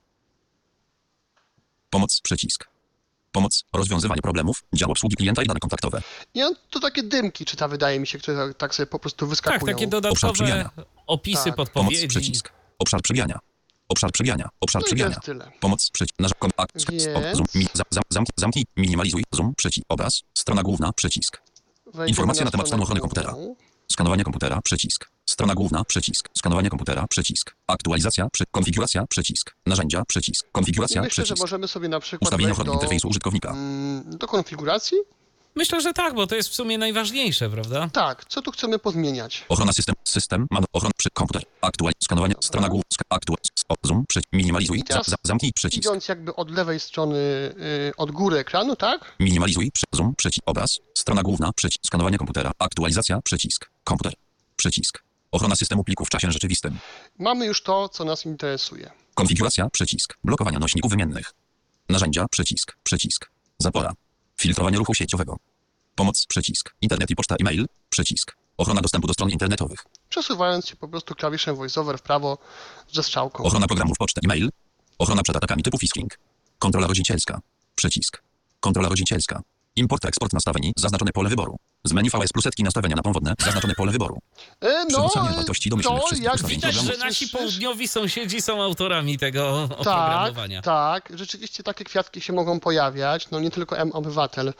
Speaker 4: Pomoc, przycisk. Pomoc, rozwiązywanie problemów, dział obsługi klienta i dane kontaktowe.
Speaker 3: I on to takie dymki czyta, wydaje mi się, które tak, tak sobie po prostu
Speaker 2: Tak,
Speaker 3: wyskakują.
Speaker 2: takie
Speaker 4: Obszar
Speaker 2: dodatkowe
Speaker 4: przewijania.
Speaker 2: opisy,
Speaker 3: Tak.
Speaker 4: Pomoc,
Speaker 2: podpowiedzi.
Speaker 4: przycisk. Obszar przewijania. Obszar przewijania. Obszar
Speaker 3: No i to
Speaker 4: przewijania.
Speaker 3: jest tyle.
Speaker 4: Pomoc, przycisk. Nasz kom, ak, sk,
Speaker 3: Więc-
Speaker 4: stop, zoom, mi, zam, zam, zamknij, zamknij, minimalizuj, zoom, przycisk, obraz, strona główna, przycisk.
Speaker 3: Wejdziemy
Speaker 4: Informacje na temat
Speaker 3: stronę
Speaker 4: stanu ochrony
Speaker 3: główną.
Speaker 4: komputera. Skanowanie komputera, przycisk. Strona główna, przycisk. Skanowanie komputera, przycisk. Aktualizacja, przy, konfiguracja, przycisk. Narzędzia, przycisk.
Speaker 3: I
Speaker 4: Konfiguracja,
Speaker 3: myślę, że
Speaker 4: przycisk.
Speaker 3: możemy sobie na przykład
Speaker 4: Ustawienia
Speaker 3: wejść
Speaker 4: ochrony
Speaker 3: do,
Speaker 4: interfejsu użytkownika.
Speaker 3: mm, do konfiguracji.
Speaker 2: Myślę, że tak, bo to jest w sumie najważniejsze, prawda?
Speaker 3: Tak, co tu chcemy pozmieniać?
Speaker 4: Ochrona system, system, man, ochrona, przy, komputer. Aktual, skanowanie, strona główna, aktual, zoom, przy, minimalizuj,
Speaker 3: I teraz
Speaker 4: za, za, zamknij, przycisk.
Speaker 3: Idąc jakby od lewej strony, y, od góry ekranu, tak?
Speaker 4: Minimalizuj, przy, zoom, przycisk, obraz, strona główna, przycisk, skanowanie komputera, aktualizacja, przycisk, komputer, przycisk, ochrona systemu plików w czasie rzeczywistym,
Speaker 3: Mamy już to, co nas interesuje.
Speaker 4: konfiguracja, przycisk, blokowania nośników wymiennych, narzędzia, przycisk, przycisk, zapora, filtrowanie ruchu sieciowego, pomoc, przycisk, internet i poczta, e-mail, przycisk, ochrona dostępu do stron internetowych,
Speaker 3: Przesuwając się po prostu klawiszem VoiceOver w prawo ze strzałką.
Speaker 4: ochrona programów poczty, e-mail, ochrona przed atakami typu phishing, kontrola rodzicielska, przycisk, kontrola rodzicielska, import, eksport nastawień, zaznaczone pole wyboru. Z menu V S plus setki nastawienia na powodne, zaznaczone pole wyboru.
Speaker 3: E, no,
Speaker 4: Przywrócenie wartości domyślnych
Speaker 3: to
Speaker 4: wszystkich
Speaker 3: jak
Speaker 4: ustawień
Speaker 3: widać,
Speaker 2: Widać,
Speaker 4: programu.
Speaker 2: że nasi
Speaker 3: słyszysz?
Speaker 2: południowi sąsiedzi są autorami tego
Speaker 3: Tak,
Speaker 2: oprogramowania.
Speaker 3: tak, rzeczywiście takie kwiatki się mogą pojawiać. No nie tylko M-Obywatel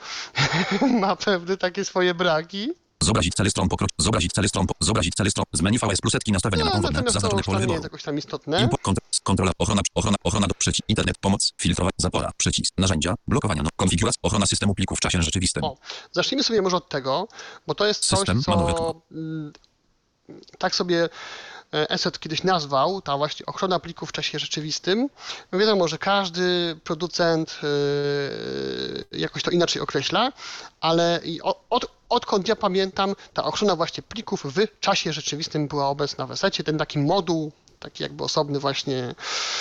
Speaker 3: ma pewne takie swoje braki.
Speaker 4: Zobrazić cele stron pokrocz, zobrazić cele stron, po, zobrazić cele stron, z menu V S plus setki nastawienia
Speaker 3: No,
Speaker 4: na powodne,
Speaker 3: natomiast to
Speaker 4: zaznaczone
Speaker 3: już
Speaker 4: pole
Speaker 3: tam nie
Speaker 4: wyboru.
Speaker 3: jest jakoś tam istotne.
Speaker 4: Import, kont, kontrola, ochrona, ochrona, ochrona do przycisk, internet, pomoc, filtrować, zapora, przycisk, narzędzia, blokowania, no, konfiguracja, ochrona systemu plików w czasie rzeczywistym.
Speaker 3: O, zacznijmy sobie może od tego, bo to jest coś,
Speaker 4: System ma nowe
Speaker 3: co
Speaker 4: okno.
Speaker 3: mm, tak sobie e, Eset kiedyś nazwał, ta właśnie ochrona plików w czasie rzeczywistym. No wiadomo, że każdy producent e, jakoś to inaczej określa, ale i o- od, odkąd ja pamiętam, ta ochrona właśnie plików w czasie rzeczywistym była obecna w Esecie. Ten taki moduł, taki jakby osobny właśnie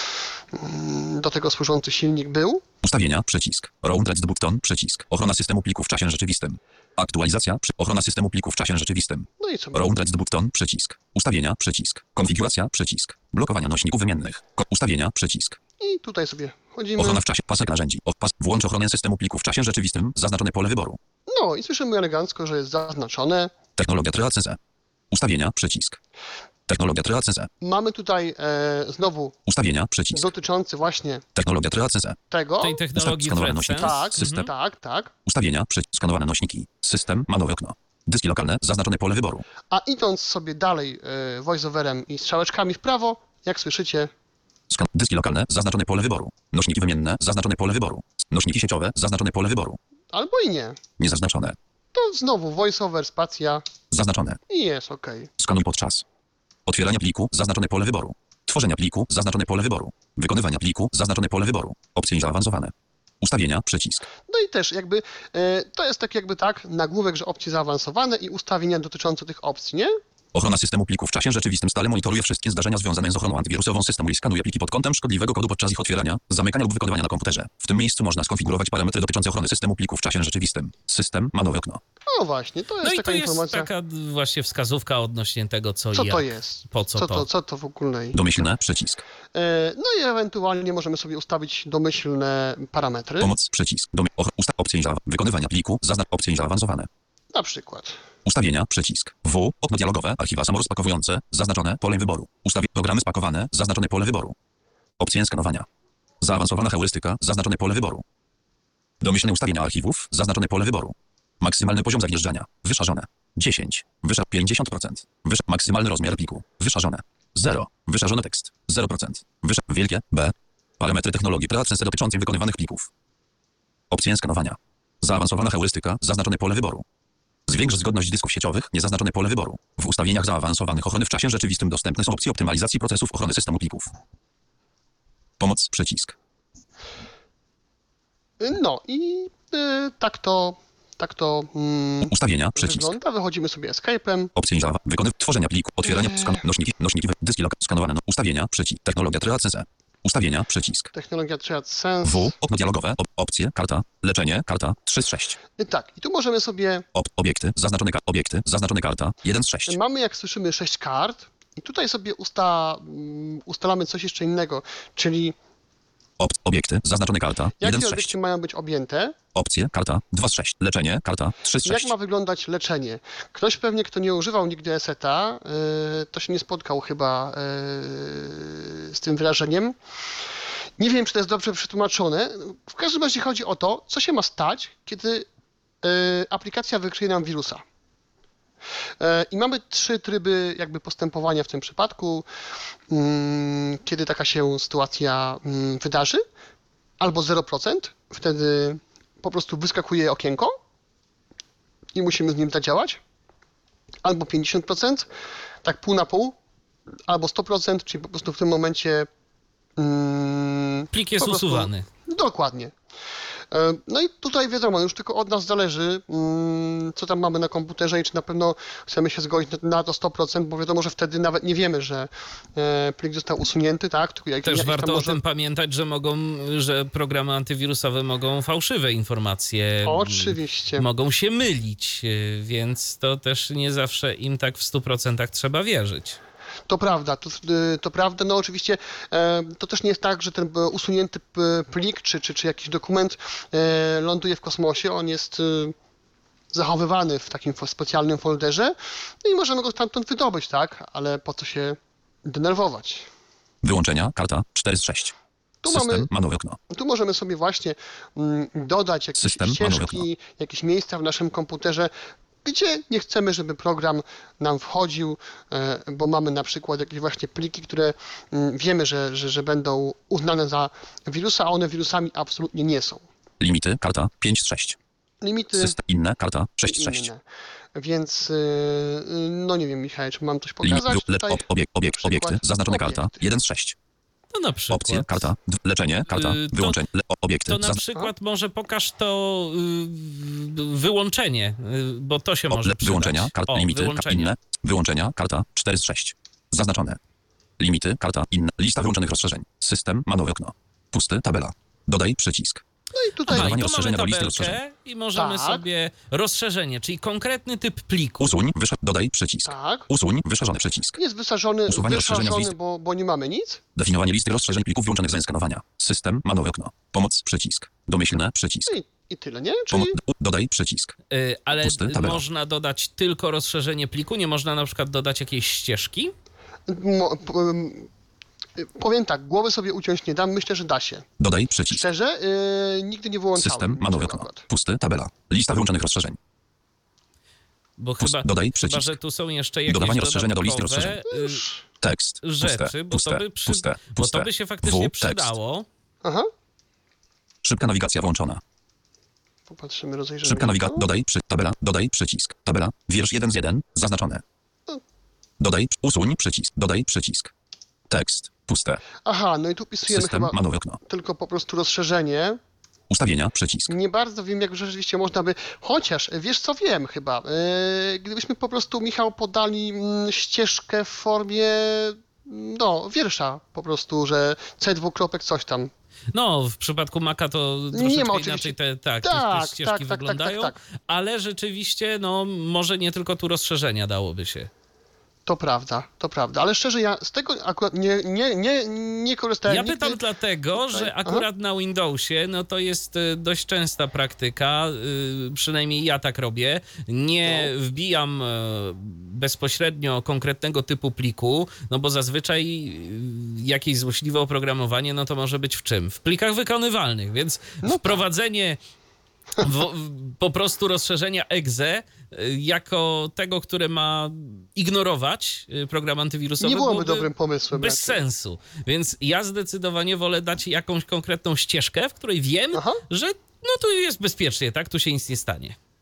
Speaker 3: mm, do tego służący silnik był.
Speaker 4: Ustawienia, przycisk, round red button, przycisk, ochrona systemu plików w czasie rzeczywistym. Aktualizacja, przy, ochrona systemu plików w czasie rzeczywistym.
Speaker 3: No i co? mamy?
Speaker 4: Round red button, przycisk, ustawienia, przycisk, konfiguracja, przycisk, blokowania nośników wymiennych, Ko- ustawienia, przycisk.
Speaker 3: I tutaj sobie chodzimy.
Speaker 4: Ochrona w czasie, pasek narzędzi, o, pas, włącz ochronę systemu plików w czasie rzeczywistym, zaznaczone pole wyboru.
Speaker 3: No i słyszymy elegancko, że jest zaznaczone.
Speaker 4: Technologia trzy A C Z. Ustawienia, przycisk. Technologia trzy A C Z.
Speaker 3: Mamy tutaj e, znowu
Speaker 4: Ustawienia, przycisk.
Speaker 3: dotyczący właśnie
Speaker 4: Technologia trzy A C Z.
Speaker 3: tego.
Speaker 2: Tej technologii
Speaker 4: Skanowane
Speaker 2: ThreadSense.
Speaker 4: nośniki.
Speaker 3: Tak,
Speaker 4: System.
Speaker 3: tak, tak.
Speaker 4: Ustawienia, przy, skanowane nośniki. System, ma nowe okno. Dyski lokalne, zaznaczone pole wyboru.
Speaker 3: A idąc sobie dalej e, voiceoverem i strzałeczkami w prawo, jak słyszycie,
Speaker 4: Skan dyski lokalne, zaznaczone pole wyboru. Nośniki wymienne, zaznaczone pole wyboru. Nośniki sieciowe, zaznaczone pole wyboru.
Speaker 3: albo i nie,
Speaker 4: Niezaznaczone.
Speaker 3: to znowu voiceover, spacja
Speaker 4: Zaznaczone.
Speaker 3: i jest ok.
Speaker 4: Skanuj podczas. Otwierania pliku, zaznaczone pole wyboru. Tworzenia pliku, zaznaczone pole wyboru. Wykonywania pliku, zaznaczone pole wyboru. Opcje zaawansowane. Ustawienia, przycisk.
Speaker 3: No i też jakby e, to jest tak jakby tak nagłówek, że opcje zaawansowane i ustawienia dotyczące tych opcji, nie?
Speaker 4: Ochrona systemu plików w czasie rzeczywistym stale monitoruje wszystkie zdarzenia związane z ochroną antywirusową systemu i skanuje pliki pod kątem szkodliwego kodu podczas ich otwierania, zamykania lub wykonywania na komputerze. W tym miejscu można skonfigurować parametry dotyczące ochrony systemu plików w czasie rzeczywistym. System ma nowe okno.
Speaker 3: No właśnie, to jest
Speaker 2: No i
Speaker 3: taka
Speaker 2: to jest
Speaker 3: informacja.
Speaker 2: taka właśnie wskazówka odnośnie tego, co,
Speaker 3: Co
Speaker 2: i
Speaker 3: to
Speaker 2: jak.
Speaker 3: jest?
Speaker 2: Po co,
Speaker 3: co
Speaker 2: to?
Speaker 3: to? Co to w ogóle?
Speaker 4: Domyślne, przycisk.
Speaker 3: E, no i ewentualnie możemy sobie ustawić domyślne parametry,
Speaker 4: Pomoc, przycisk. Domy och usta opcje za wykonywania pliku, zaznacz opcje zaawansowane.
Speaker 3: na przykład.
Speaker 4: Ustawienia, przycisk. W, okno dialogowe, archiwa samorozpakowujące, zaznaczone pole wyboru. Ustawie programy spakowane, zaznaczone pole wyboru. Opcje skanowania. Zaawansowana heurystyka, zaznaczone pole wyboru. Domyślne ustawienia archiwów, zaznaczone pole wyboru. Maksymalny poziom zawjeżdżania, wyszarzone. dziesięć, wysza pięćdziesiąt procent. Wysza maksymalny rozmiar pliku, wyszarzone. zero, wyszarzony tekst, zero procent. Wysza wielkie, B. Parametry technologii ThreadSense dotyczących wykonywanych plików. Opcje skanowania. Zaawansowana heurystyka, zaznaczone pole wyboru. Zwiększ zgodność dysków sieciowych, niezaznaczone pole wyboru. W ustawieniach zaawansowanych ochrony w czasie rzeczywistym dostępne są opcje optymalizacji procesów ochrony systemu plików. Pomoc, przycisk.
Speaker 3: No i yy, tak to, tak to mm,
Speaker 4: Ustawienia, przycisk.
Speaker 3: wygląda. Wychodzimy sobie escape'em.
Speaker 4: Opcje Java. Wykonyw tworzenia pliku. Otwieranie. Skan nośniki. Nośniki. Dyski lok. Skanowane. No. Ustawienia. Przycisk. Technologia trzy A C C. Ustawienia. Przycisk.
Speaker 3: Technologia trzy A Sense.
Speaker 4: W. Okno dialogowe. Op opcje. Karta. Leczenie. Karta. trzy z sześciu.
Speaker 3: I tak, i tu możemy sobie,
Speaker 4: Ob obiekty. Zaznaczone ka obiekty. Zaznaczone karta. jeden z sześciu.
Speaker 3: mamy jak słyszymy sześć kart i tutaj sobie usta, mm, ustalamy coś jeszcze innego, czyli
Speaker 4: Ob obiekty. Zaznaczone karta. jeden
Speaker 3: jakie
Speaker 4: z
Speaker 3: obiekty
Speaker 4: sześciu.
Speaker 3: mają być objęte,
Speaker 4: Opcje. Karta. dwa z sześciu. Leczenie. Karta. trzy z
Speaker 3: jak
Speaker 4: sześciu.
Speaker 3: ma wyglądać leczenie. Ktoś pewnie, kto nie używał nigdy Eseta, yy, to się nie spotkał chyba yy, z tym wyrażeniem. Nie wiem, czy to jest dobrze przetłumaczone. W każdym razie chodzi o to, co się ma stać, kiedy yy, aplikacja wykryje nam wirusa. Yy, I mamy trzy tryby jakby postępowania w tym przypadku, yy, kiedy taka się sytuacja yy, wydarzy. Albo zero procent, wtedy po prostu wyskakuje okienko i musimy z nim zadziałać. Albo pięćdziesiąt procent, tak pół na pół, albo sto procent, czyli po prostu w tym momencie mm,
Speaker 2: Plik jest
Speaker 3: po prostu-
Speaker 2: usuwany.
Speaker 3: Dokładnie. E, No i tutaj wiadomo, już tylko od nas zależy, mm, co tam mamy na komputerze i czy na pewno chcemy się zgodzić na- na to sto procent, bo wiadomo, że wtedy nawet nie wiemy, że e, plik został usunięty, tak? Tylko jak,
Speaker 2: Też
Speaker 3: jak
Speaker 2: warto
Speaker 3: tam
Speaker 2: o
Speaker 3: może...
Speaker 2: tym pamiętać, że mogą, że programy antywirusowe mogą fałszywe informacje,
Speaker 3: Oczywiście.
Speaker 2: mogą się mylić, y, więc to też nie zawsze im tak w stu procentach trzeba wierzyć.
Speaker 3: To prawda, to, y, to prawda. No oczywiście e, to też nie jest tak, że ten e, usunięty p- plik czy, czy, czy jakiś dokument e, ląduje w kosmosie. On jest y, zachowywany w takim fo- specjalnym folderze no i możemy go stamtąd wydobyć, tak? Ale po co się denerwować?
Speaker 4: Wyłączenia. Karta. cztery z sześciu.
Speaker 3: Tu
Speaker 4: System.
Speaker 3: mamy-
Speaker 4: Manual okno.
Speaker 3: Tu możemy sobie właśnie mm, dodać jakieś
Speaker 4: System, manual okno.
Speaker 3: ścieżki, jakieś miejsca w naszym komputerze, gdzie nie chcemy, żeby program nam wchodził, e, bo mamy na przykład jakieś właśnie pliki, które mm, wiemy, że, że, że będą uznane za wirusa, a one wirusami absolutnie nie są.
Speaker 4: Limity. Karta. pięć z sześciu.
Speaker 3: Limity
Speaker 4: System. Inne. Karta. sześć z sześciu.
Speaker 3: inne. Więc, y, y, no nie wiem, Michał, czy mam coś
Speaker 4: Limit.
Speaker 3: pokazać
Speaker 4: Le
Speaker 3: tutaj?
Speaker 4: ob obiekt. Obiekt.
Speaker 3: Przykład.
Speaker 4: Obiekty. Zaznaczone karta.
Speaker 3: Obiekty.
Speaker 4: jeden z sześciu.
Speaker 2: No na przykład.
Speaker 4: Opcje. Karta. d- Leczenie. Karta.
Speaker 2: Y, to-
Speaker 4: Wyłączenie. Le o- obiekty.
Speaker 2: To na
Speaker 4: Zazn
Speaker 2: przykład może pokaż to y, wyłączenie, y, bo to się
Speaker 4: o,
Speaker 2: może
Speaker 4: le
Speaker 2: przydać.
Speaker 4: wyłączenia. Karta.
Speaker 2: O,
Speaker 4: Limity. Ka
Speaker 2: wyłączenie.
Speaker 4: inne. Wyłączenia. Karta. cztery z sześciu. Zaznaczone. Limity. Karta. Inne. Lista wyłączonych rozszerzeń. System. Manual okno. Pusty. Tabela. Dodaj przycisk.
Speaker 3: No i tutaj
Speaker 2: Aha, i
Speaker 4: Dodawanie
Speaker 2: tu mamy
Speaker 4: rozszerzenia do listy
Speaker 2: tabelkę
Speaker 4: rozszerzeń.
Speaker 2: i możemy
Speaker 3: Tak.
Speaker 2: sobie rozszerzenie, czyli konkretny typ pliku.
Speaker 4: Usuń. Wysze dodaj przycisk.
Speaker 3: tak,
Speaker 4: Usuń. Wyszerzony przycisk.
Speaker 3: jest wysarzony,
Speaker 4: Usuwanie rozszerzenia z
Speaker 3: wyszarzony,
Speaker 4: listy.
Speaker 3: bo, bo nie mamy nic.
Speaker 4: Definiowanie listy rozszerzeń plików wyłączonych z skanowania. System. Manual okno. Pomoc. Przycisk. Domyślne. Przycisk.
Speaker 3: No i, i tyle, nie?
Speaker 4: Pomo
Speaker 3: Czyli
Speaker 4: u- dodaj przycisk.
Speaker 2: Y, ale
Speaker 4: Pusty, tabela.
Speaker 2: można dodać tylko rozszerzenie pliku, nie można na przykład dodać jakiejś ścieżki?
Speaker 3: Mo, p- ym, y, powiem tak, głowy sobie uciąć nie dam, myślę, że da się.
Speaker 4: Dodaj przycisk.
Speaker 3: Szczerze, yy, nigdy nie wyłączałem.
Speaker 4: System. Manual okno.
Speaker 3: przykład.
Speaker 4: Pusty. Tabela. Lista wyłączonych rozszerzeń.
Speaker 2: Bo
Speaker 4: Pust-
Speaker 2: chyba,
Speaker 4: dodaj
Speaker 2: chyba,
Speaker 4: przycisk.
Speaker 2: że tu są jeszcze jakieś
Speaker 4: Dodawanie rozszerzenia do listy
Speaker 2: dodatkowe, y,
Speaker 4: Tekst.
Speaker 2: rzeczy,
Speaker 4: Puste.
Speaker 2: bo,
Speaker 4: Puste.
Speaker 2: to by przy,
Speaker 4: Puste.
Speaker 2: bo
Speaker 4: Puste.
Speaker 2: to by się faktycznie
Speaker 4: W, tekst.
Speaker 2: przydało.
Speaker 3: Aha,
Speaker 4: Szybka nawigacja włączona.
Speaker 3: popatrzymy, rozejrzymy.
Speaker 4: Szybka
Speaker 3: się.
Speaker 4: nawigacja. Dodaj przy. Tabela. Dodaj przycisk. Tabela. Wiersz jeden z jeden. Zaznaczone. Dodaj. Usuń przycisk. Dodaj przycisk. Tekst. Puste.
Speaker 3: Aha, no i tu pisujemy
Speaker 4: System.
Speaker 3: chyba
Speaker 4: Manual okno.
Speaker 3: tylko po prostu rozszerzenie.
Speaker 4: Ustawienia. Przycisk.
Speaker 3: Nie bardzo wiem, jak rzeczywiście można by... Chociaż, wiesz co, wiem chyba. Yy, gdybyśmy po prostu, Michał, podali mm, ścieżkę w formie, no, wiersza po prostu, że C dwukropek coś tam.
Speaker 2: No, w przypadku Maca to troszeczkę
Speaker 3: Nie ma
Speaker 2: inaczej
Speaker 3: oczywiście-
Speaker 2: te, tak,
Speaker 3: Tak,
Speaker 2: te ścieżki
Speaker 3: tak, tak, tak,
Speaker 2: wyglądają,
Speaker 3: tak,
Speaker 2: ale rzeczywiście, no, może nie tylko tu rozszerzenia dałoby się.
Speaker 3: To prawda, to prawda. Ale szczerze, ja z tego akurat nie, nie, nie, nie korzystałem
Speaker 2: Ja
Speaker 3: nigdy.
Speaker 2: pytam dlatego,
Speaker 3: Tutaj-
Speaker 2: że akurat na Windowsie, no to jest y, dość częsta praktyka, y, przynajmniej ja tak robię. Nie
Speaker 3: No.
Speaker 2: wbijam y, bezpośrednio konkretnego typu pliku, no bo zazwyczaj y, jakieś złośliwe oprogramowanie, no to może być w czym? W plikach wykonywalnych, więc
Speaker 3: No
Speaker 2: wprowadzenie w, w, po prostu rozszerzenia exe y, jako tego, które ma ignorować y, program antywirusowy,
Speaker 3: Nie byłoby
Speaker 2: byłoby
Speaker 3: dobrym pomysłem.
Speaker 2: bez
Speaker 3: raczej.
Speaker 2: sensu. Więc ja zdecydowanie wolę dać jakąś konkretną ścieżkę, w której wiem,
Speaker 3: Aha.
Speaker 2: że no tu jest bezpiecznie, tak? Tu się nic nie stanie.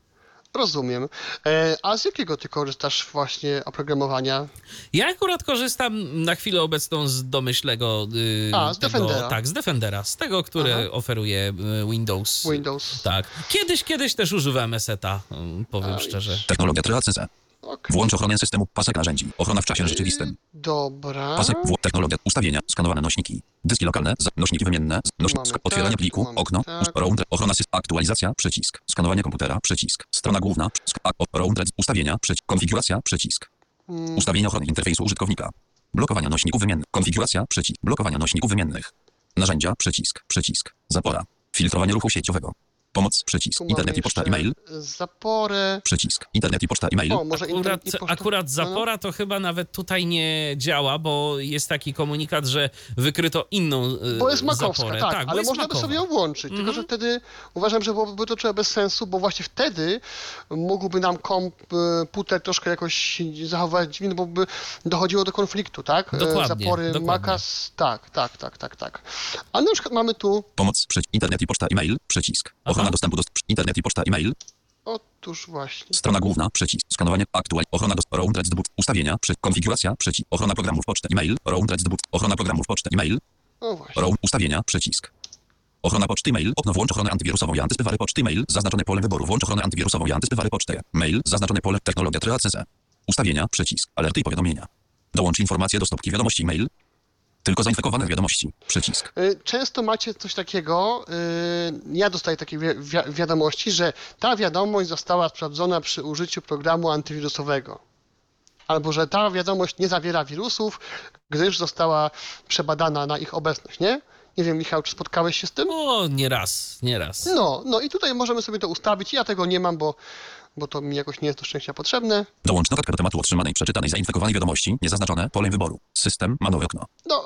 Speaker 3: Rozumiem. E, a z jakiego ty korzystasz właśnie oprogramowania?
Speaker 2: Ja akurat korzystam na chwilę obecną z domyślnego... Yy,
Speaker 3: A, z
Speaker 2: tego,
Speaker 3: Defendera.
Speaker 2: Tak, z Defendera, z tego, które
Speaker 3: Aha.
Speaker 2: oferuje y, Windows.
Speaker 3: Windows.
Speaker 2: Tak. Kiedyś, kiedyś też używałem Eseta, y, powiem
Speaker 3: A,
Speaker 2: szczerze.
Speaker 4: Technologia trzy A C C.
Speaker 3: Okay.
Speaker 4: Włącz ochronę systemu. Pasek narzędzi. Ochrona w czasie rzeczywistym.
Speaker 3: Dobra.
Speaker 4: Pasek. W. Technologia. Ustawienia. Skanowane nośniki. Dyski lokalne. Z. Nośniki wymienne. Z. Noś...
Speaker 3: Mamy
Speaker 4: sk- Otwieranie
Speaker 3: tak,
Speaker 4: pliku.
Speaker 3: mamy
Speaker 4: Okno.
Speaker 3: tak.
Speaker 4: Ust- Round. Ochrona systemu. Aktualizacja. Przycisk. Skanowanie komputera. Przycisk. Strona główna. Sk- a- o- Round. Ustawienia. Przycisk. Konfiguracja. Przycisk.
Speaker 3: Mm,
Speaker 4: Ustawienie ochrony interfejsu użytkownika. Blokowania nośników wymiennych. Konfiguracja. Przycisk. Blokowania nośników wymiennych. Narzędzia. Przycisk. Przycisk. Zapora. Filtrowanie ruchu sieciowego. Pomoc. Przycisk.
Speaker 3: tu mamy
Speaker 4: Internet i poczta.
Speaker 3: jeszcze
Speaker 4: E-mail.
Speaker 3: Zaporę.
Speaker 4: Przycisk. Internet i poczta. E-mail.
Speaker 3: O, może
Speaker 2: Akurat,
Speaker 3: internet i poczta.
Speaker 2: akurat
Speaker 3: No,
Speaker 2: zapora to chyba nawet tutaj nie działa, bo jest taki komunikat, że wykryto inną y,
Speaker 3: Bo jest makowska,
Speaker 2: zaporę.
Speaker 3: tak,
Speaker 2: bo
Speaker 3: ale
Speaker 2: jest
Speaker 3: można by
Speaker 2: makowa.
Speaker 3: sobie ją włączyć, tylko że wtedy uważam, że byłoby to trochę bez sensu, bo właśnie wtedy mógłby nam komputer troszkę jakoś zachować dziwnie, bo by dochodziło do konfliktu, tak? E,
Speaker 2: Dokładnie,
Speaker 3: Zapory
Speaker 2: dokładnie.
Speaker 3: Maca, z- tak, tak, tak, tak, tak. A na przykład mamy tu,
Speaker 4: Pomoc. Przycisk. Internet i poczta. E-mail. Przycisk. Ochrona
Speaker 2: Aha.
Speaker 4: dostępu do internet i poczta. E-mail.
Speaker 3: otóż właśnie,
Speaker 4: Strona główna. Przycisk. Skanowanie. Aktual. Ochrona do Round. Ustawienia. Przy. Konfiguracja. Przycisk. Ochrona programów poczty. E-mail. Round. Ochrona programów poczty. E-mail.
Speaker 3: no właśnie.
Speaker 4: Round. Ustawienia. Przycisk. Ochrona poczty. E-mail. Okno. Włącz ochronę antywirusową i antyspywary poczty. E-mail. Zaznaczone pole wyboru. Włącz ochronę antywirusową i antyspywary poczty. Mail. Zaznaczone pole. Technologia trzy A C C. Ustawienia. Przycisk. Alerty i powiadomienia. Dołącz informacje do stopki wiadomości. Mail. Tylko zainfekowane wiadomości. Przycisk.
Speaker 3: Y, Często macie coś takiego, y, ja dostaję takie wi- wi- wiadomości, że ta wiadomość została sprawdzona przy użyciu programu antywirusowego. Albo że ta wiadomość nie zawiera wirusów, gdyż została przebadana na ich obecność, nie? Nie wiem, Michał, czy spotkałeś się z tym?
Speaker 2: O, nie raz, nie raz.
Speaker 3: No, no i tutaj możemy sobie to ustawić. Ja tego nie mam, bo, bo to mi jakoś nie jest do szczęścia potrzebne.
Speaker 4: Dołącz notatkę do tematu otrzymanej, przeczytanej, zainfekowanej wiadomości. Niezaznaczone pole wyboru. System. Manualne okno.
Speaker 3: No,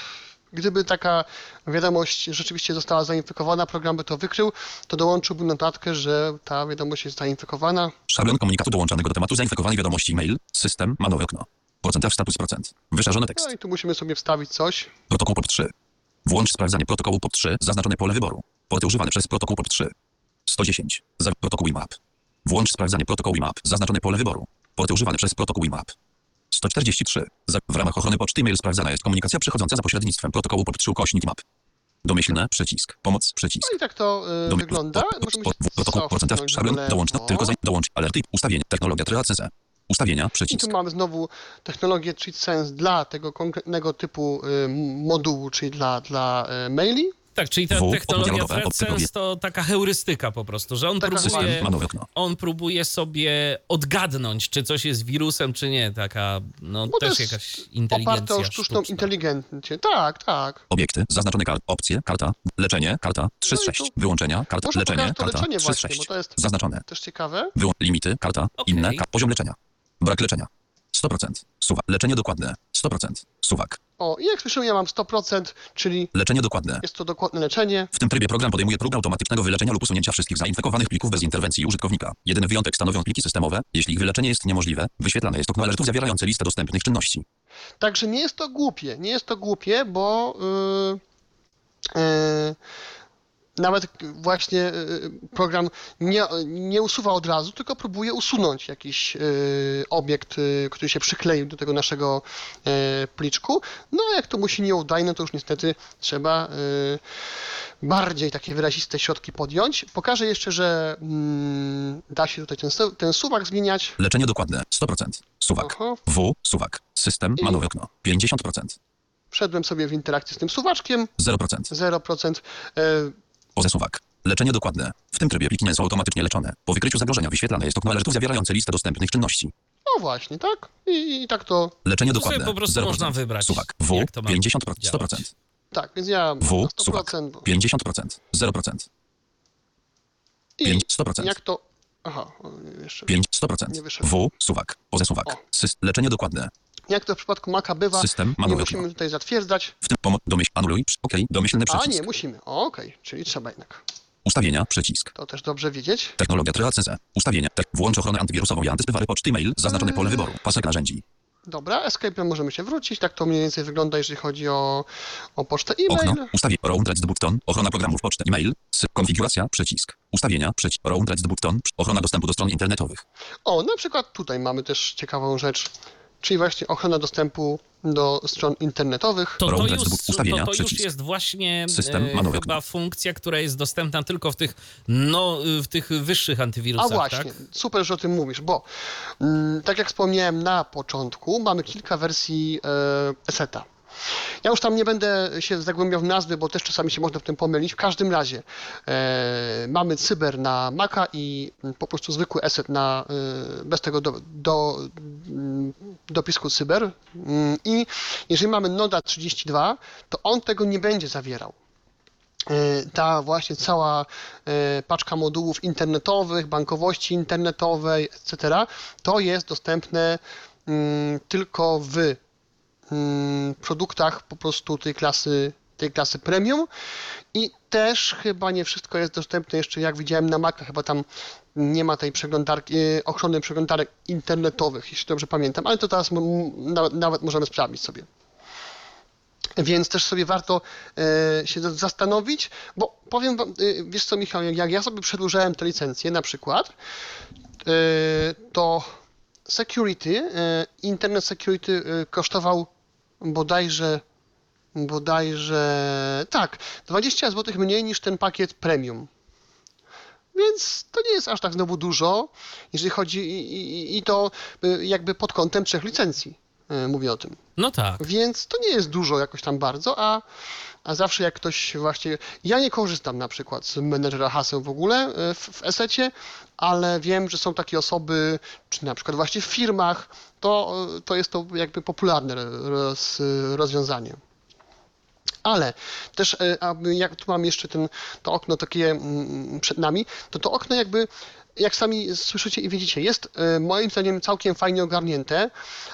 Speaker 3: gdyby taka wiadomość rzeczywiście została zainfekowana, program by to wykrył, to dołączyłbym notatkę, że ta wiadomość jest zainfekowana.
Speaker 4: Szablon komunikatu dołączonego do tematu zainfekowanej wiadomości. Mail. System. Manualne okno. Procentaż status procent. Wyszarzony tekst.
Speaker 3: No i tu musimy sobie wstawić coś.
Speaker 4: Protokół P O P trzy. Włącz sprawdzanie protokołu P O P trzy. Zaznaczone pole wyboru. Porty używane przez protokół P O P trzy. sto dziesięć. Za protokół I M A P. Włącz sprawdzanie protokołu I M A P. Zaznaczone pole wyboru. Porty używane przez protokół I M A P. sto czterdzieści trzy. Za, w ramach ochrony poczty e-mail sprawdzana jest komunikacja przechodząca za pośrednictwem protokołu P O P trzy ukośnik I M A P. Domyślne. Przycisk. Pomoc. Przycisk.
Speaker 3: No i tak to y,
Speaker 4: Domy-
Speaker 3: wygląda.
Speaker 4: po- po-
Speaker 3: Możemy
Speaker 4: po-
Speaker 3: się
Speaker 4: Protokół, procentaż,
Speaker 3: cofnąć w
Speaker 4: szablon,
Speaker 3: lewo.
Speaker 4: dołącz, no, tylko za, dołącz, alerty, ustawienie, technologia trzy A C C. Ustawienia,
Speaker 3: I
Speaker 4: przycisk.
Speaker 3: tu mamy znowu technologię TreatSense dla tego konkretnego typu y, modułu, czyli dla, dla y, maili.
Speaker 2: Tak, czyli ta
Speaker 4: W,
Speaker 2: technologia
Speaker 4: dialogowe,
Speaker 2: ThreadSense
Speaker 4: optykowie.
Speaker 2: to taka heurystyka po prostu, że on
Speaker 3: Taka
Speaker 2: próbuje,
Speaker 3: właśnie.
Speaker 4: Manualne okno.
Speaker 2: on próbuje sobie odgadnąć, czy coś jest wirusem, czy nie. Taka, no
Speaker 3: Bo to
Speaker 2: też
Speaker 3: jest
Speaker 2: jakaś inteligencja
Speaker 3: Oparte o sztuczną
Speaker 2: sztuczna.
Speaker 3: inteligencję. Tak, tak.
Speaker 4: Obiekty, zaznaczone kart, opcje, karta, leczenie, karta, trzy z
Speaker 3: No i
Speaker 4: sześć.
Speaker 3: tu
Speaker 4: Wyłączenia, karta,
Speaker 3: można
Speaker 4: leczenie,
Speaker 3: pokazać to
Speaker 4: karta,
Speaker 3: leczenie
Speaker 4: trzy z
Speaker 3: właśnie,
Speaker 4: sześć.
Speaker 3: bo to jest
Speaker 4: Zaznaczone.
Speaker 3: też ciekawe.
Speaker 4: Wyłą- limity, karta,
Speaker 2: Okej.
Speaker 4: inne, ka- poziom leczenia. Brak leczenia. sto procent. Suwak. Leczenie dokładne. sto procent. Suwak.
Speaker 3: O, i jak słyszymy, ja mam sto procent, czyli
Speaker 4: Leczenie dokładne.
Speaker 3: jest to dokładne leczenie.
Speaker 4: W tym trybie program podejmuje próbę automatycznego wyleczenia lub usunięcia wszystkich zainfekowanych plików bez interwencji użytkownika. Jedyny wyjątek stanowią pliki systemowe. Jeśli ich wyleczenie jest niemożliwe, wyświetlane jest okno alertów zawierające listę dostępnych czynności.
Speaker 3: Także nie jest to głupie, nie jest to głupie, bo yy, yy, nawet właśnie yy, program nie, nie usuwa od razu, tylko próbuje usunąć jakiś yy, obiekt, yy, który się przykleił do tego naszego yy, pliczku. No a jak to mu się nie udaje, no to już niestety trzeba yy, bardziej takie wyraziste środki podjąć. Pokażę jeszcze, że mm, da się tutaj ten, ten suwak zmieniać.
Speaker 4: Leczenie dokładne. sto procent. Suwak.
Speaker 3: Aha.
Speaker 4: W. Suwak. System.
Speaker 3: I-
Speaker 4: Manualne okno. pięćdziesiąt procent.
Speaker 3: Wszedłem sobie w interakcję z tym suwaczkiem,
Speaker 4: zero procent.
Speaker 3: zero procent. Yy,
Speaker 4: Poza suwak. Leczenie dokładne. W tym trybie pliki nie są automatycznie leczone. Po wykryciu zagrożenia wyświetlane jest okno alertów zawierające listę dostępnych czynności.
Speaker 3: No właśnie, tak? I, i tak to,
Speaker 4: Leczenie
Speaker 2: To sobie
Speaker 4: dokładne.
Speaker 2: po prostu
Speaker 4: zero procent.
Speaker 2: można wybrać,
Speaker 4: Suwak. W.
Speaker 2: jak to ma
Speaker 4: pięćdziesiąt procent. sto procent.
Speaker 2: działać.
Speaker 3: tak, więc ja
Speaker 4: W.
Speaker 3: mam sto
Speaker 4: Suwak.
Speaker 3: procent. Bo...
Speaker 4: pięćdziesiąt procent. zero procent.
Speaker 3: I
Speaker 4: pięć. sto procent.
Speaker 3: jak to... Aha, o, jeszcze.
Speaker 4: pięć. sto procent.
Speaker 3: Nie wyszedł.
Speaker 4: W. Suwak. Poza suwak.
Speaker 3: O.
Speaker 4: Sys- leczenie dokładne.
Speaker 3: Jak to w przypadku Maca bywa,
Speaker 4: System.
Speaker 3: nie
Speaker 4: Manualne
Speaker 3: musimy
Speaker 4: okno.
Speaker 3: tutaj zatwierdzać.
Speaker 4: W tym pomoc. Domyśl. Anuluj. OK. Domyślny
Speaker 3: A
Speaker 4: przycisk.
Speaker 3: nie, musimy. O, okej, czyli trzeba jednak.
Speaker 4: Ustawienia. Przycisk.
Speaker 3: To też dobrze wiedzieć.
Speaker 4: Technologia trzy A C C. Ustawienia. Te- włącz ochronę antywirusową i antyspywary poczty e-mail. Zaznaczone pole wyboru. Pasek narzędzi.
Speaker 3: Dobra, escape'em możemy się wrócić. Tak to mniej więcej wygląda, jeżeli chodzi o, o pocztę e-mail.
Speaker 4: Okno, ustawienie, round red button, ochrona programów, pocztę, e-mail, s- konfiguracja, przycisk, ustawienia, przycisk, round red button, ochrona dostępu do stron internetowych.
Speaker 3: O, na przykład tutaj mamy też ciekawą rzecz, czyli właśnie ochrona dostępu do stron internetowych.
Speaker 2: To, to,
Speaker 4: Round
Speaker 2: już,
Speaker 4: red ustawienia,
Speaker 2: to, to już
Speaker 4: przycisk.
Speaker 2: jest właśnie
Speaker 4: System,
Speaker 2: e,
Speaker 4: manual.
Speaker 2: chyba funkcja, która jest dostępna tylko w tych, no, w tych wyższych
Speaker 3: A
Speaker 2: antywirusach,
Speaker 3: właśnie,
Speaker 2: tak?
Speaker 3: super, że o tym mówisz, bo mm, tak jak wspomniałem na początku, mamy kilka wersji e, ESET-a. Ja już tam nie będę się zagłębiał w nazwy, bo też czasami się można w tym pomylić. W każdym razie e, mamy cyber na Maca i po prostu zwykły ESET na, e, bez tego do, do, mm, dopisku cyber. Mm, I jeżeli mamy Noda trzydzieści dwa, to on tego nie będzie zawierał. E, Ta właśnie cała e, paczka modułów internetowych, bankowości internetowej, et cetera, to jest dostępne mm, tylko w produktach po prostu tej klasy, tej klasy premium i też chyba nie wszystko jest dostępne jeszcze, jak widziałem na Maca, chyba tam nie ma tej przeglądarki, ochrony przeglądarek internetowych, jeśli dobrze pamiętam, ale to teraz nawet możemy sprawdzić sobie. Więc też sobie warto e, się zastanowić, bo powiem wam, e, wiesz co Michał, jak ja sobie przedłużałem te licencje na przykład, e, to security, e, internet security e, kosztował bodajże, bodajże, tak, dwadzieścia złotych mniej niż ten pakiet premium. Więc to nie jest aż tak znowu dużo, jeżeli chodzi i, i, i to jakby pod kątem trzech licencji, e, mówię o tym.
Speaker 2: No tak.
Speaker 3: Więc to nie jest dużo jakoś tam bardzo, a, a zawsze jak ktoś właśnie... Ja nie korzystam na przykład z menedżera haseł w ogóle w, w esecie, ale wiem, że są takie osoby, czy na przykład właśnie w firmach, to, to jest to jakby popularne roz, rozwiązanie. Ale też jak tu mam jeszcze ten, to okno takie przed nami, to to okno jakby, jak sami słyszycie i widzicie, jest moim zdaniem całkiem fajnie ogarnięte,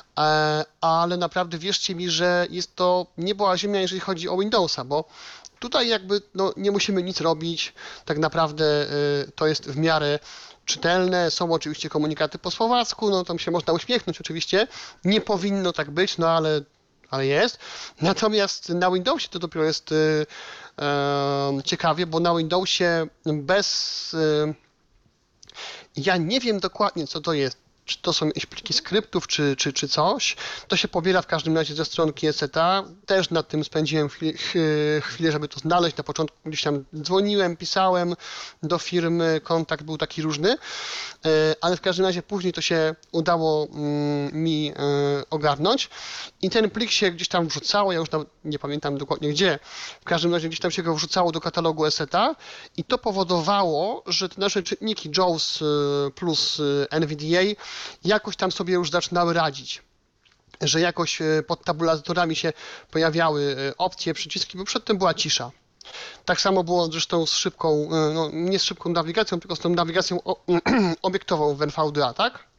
Speaker 3: ale naprawdę wierzcie mi, że jest to niebo a ziemia, jeżeli chodzi o Windowsa, bo tutaj jakby no, nie musimy nic robić, tak naprawdę to jest w miarę czytelne, są oczywiście komunikaty po słowacku, no tam się można uśmiechnąć oczywiście, nie powinno tak być, no ale ale jest. Natomiast na Windowsie to dopiero jest y, y, ciekawie, bo na Windowsie bez... Y, ja nie wiem dokładnie, co to jest. Czy to są jakieś pliki skryptów, czy, czy, czy coś. To się pobiera w każdym razie ze stronki ESET-a. Też nad tym spędziłem chwilę, chwilę, żeby to znaleźć. Na początku gdzieś tam dzwoniłem, pisałem do firmy, kontakt był taki różny, ale w każdym razie później to się udało mi ogarnąć i ten plik się gdzieś tam wrzucało, ja już tam nie pamiętam dokładnie gdzie, w każdym razie gdzieś tam się go wrzucało do katalogu ESET-a i to powodowało, że te nasze czynniki JAWS plus N V D A jakoś tam sobie już zaczynały radzić, że jakoś pod tabulatorami się pojawiały opcje, przyciski, bo przedtem była cisza. Tak samo było zresztą z szybką, no nie z szybką nawigacją, tylko z tą nawigacją obiektową w N V D A, tak?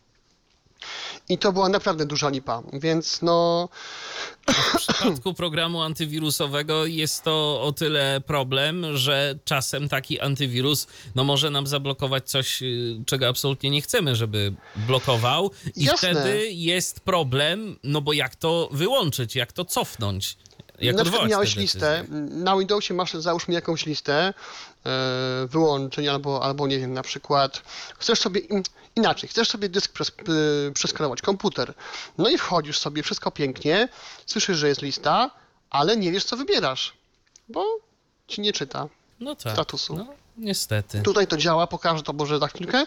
Speaker 3: I to była naprawdę duża lipa, więc no...
Speaker 2: W przypadku programu antywirusowego jest to o tyle problem, że czasem taki antywirus no, może nam zablokować coś, czego absolutnie nie chcemy, żeby blokował i
Speaker 3: Jasne.
Speaker 2: wtedy jest problem, no bo jak to wyłączyć, jak to cofnąć? Jak
Speaker 3: na przykład miałeś
Speaker 2: listę,
Speaker 3: listę, na Windowsie masz, załóżmy jakąś listę e, wyłączeń albo, albo nie wiem, na przykład chcesz sobie, inaczej, chcesz sobie dysk przes, y, przeskanować, komputer, no i wchodzisz sobie, wszystko pięknie, słyszysz, że jest lista, ale nie wiesz, co wybierasz, bo ci nie czyta
Speaker 2: no tak,
Speaker 3: statusu.
Speaker 2: No, niestety.
Speaker 3: Tutaj to działa, pokażę to może za chwilkę.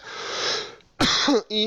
Speaker 3: I,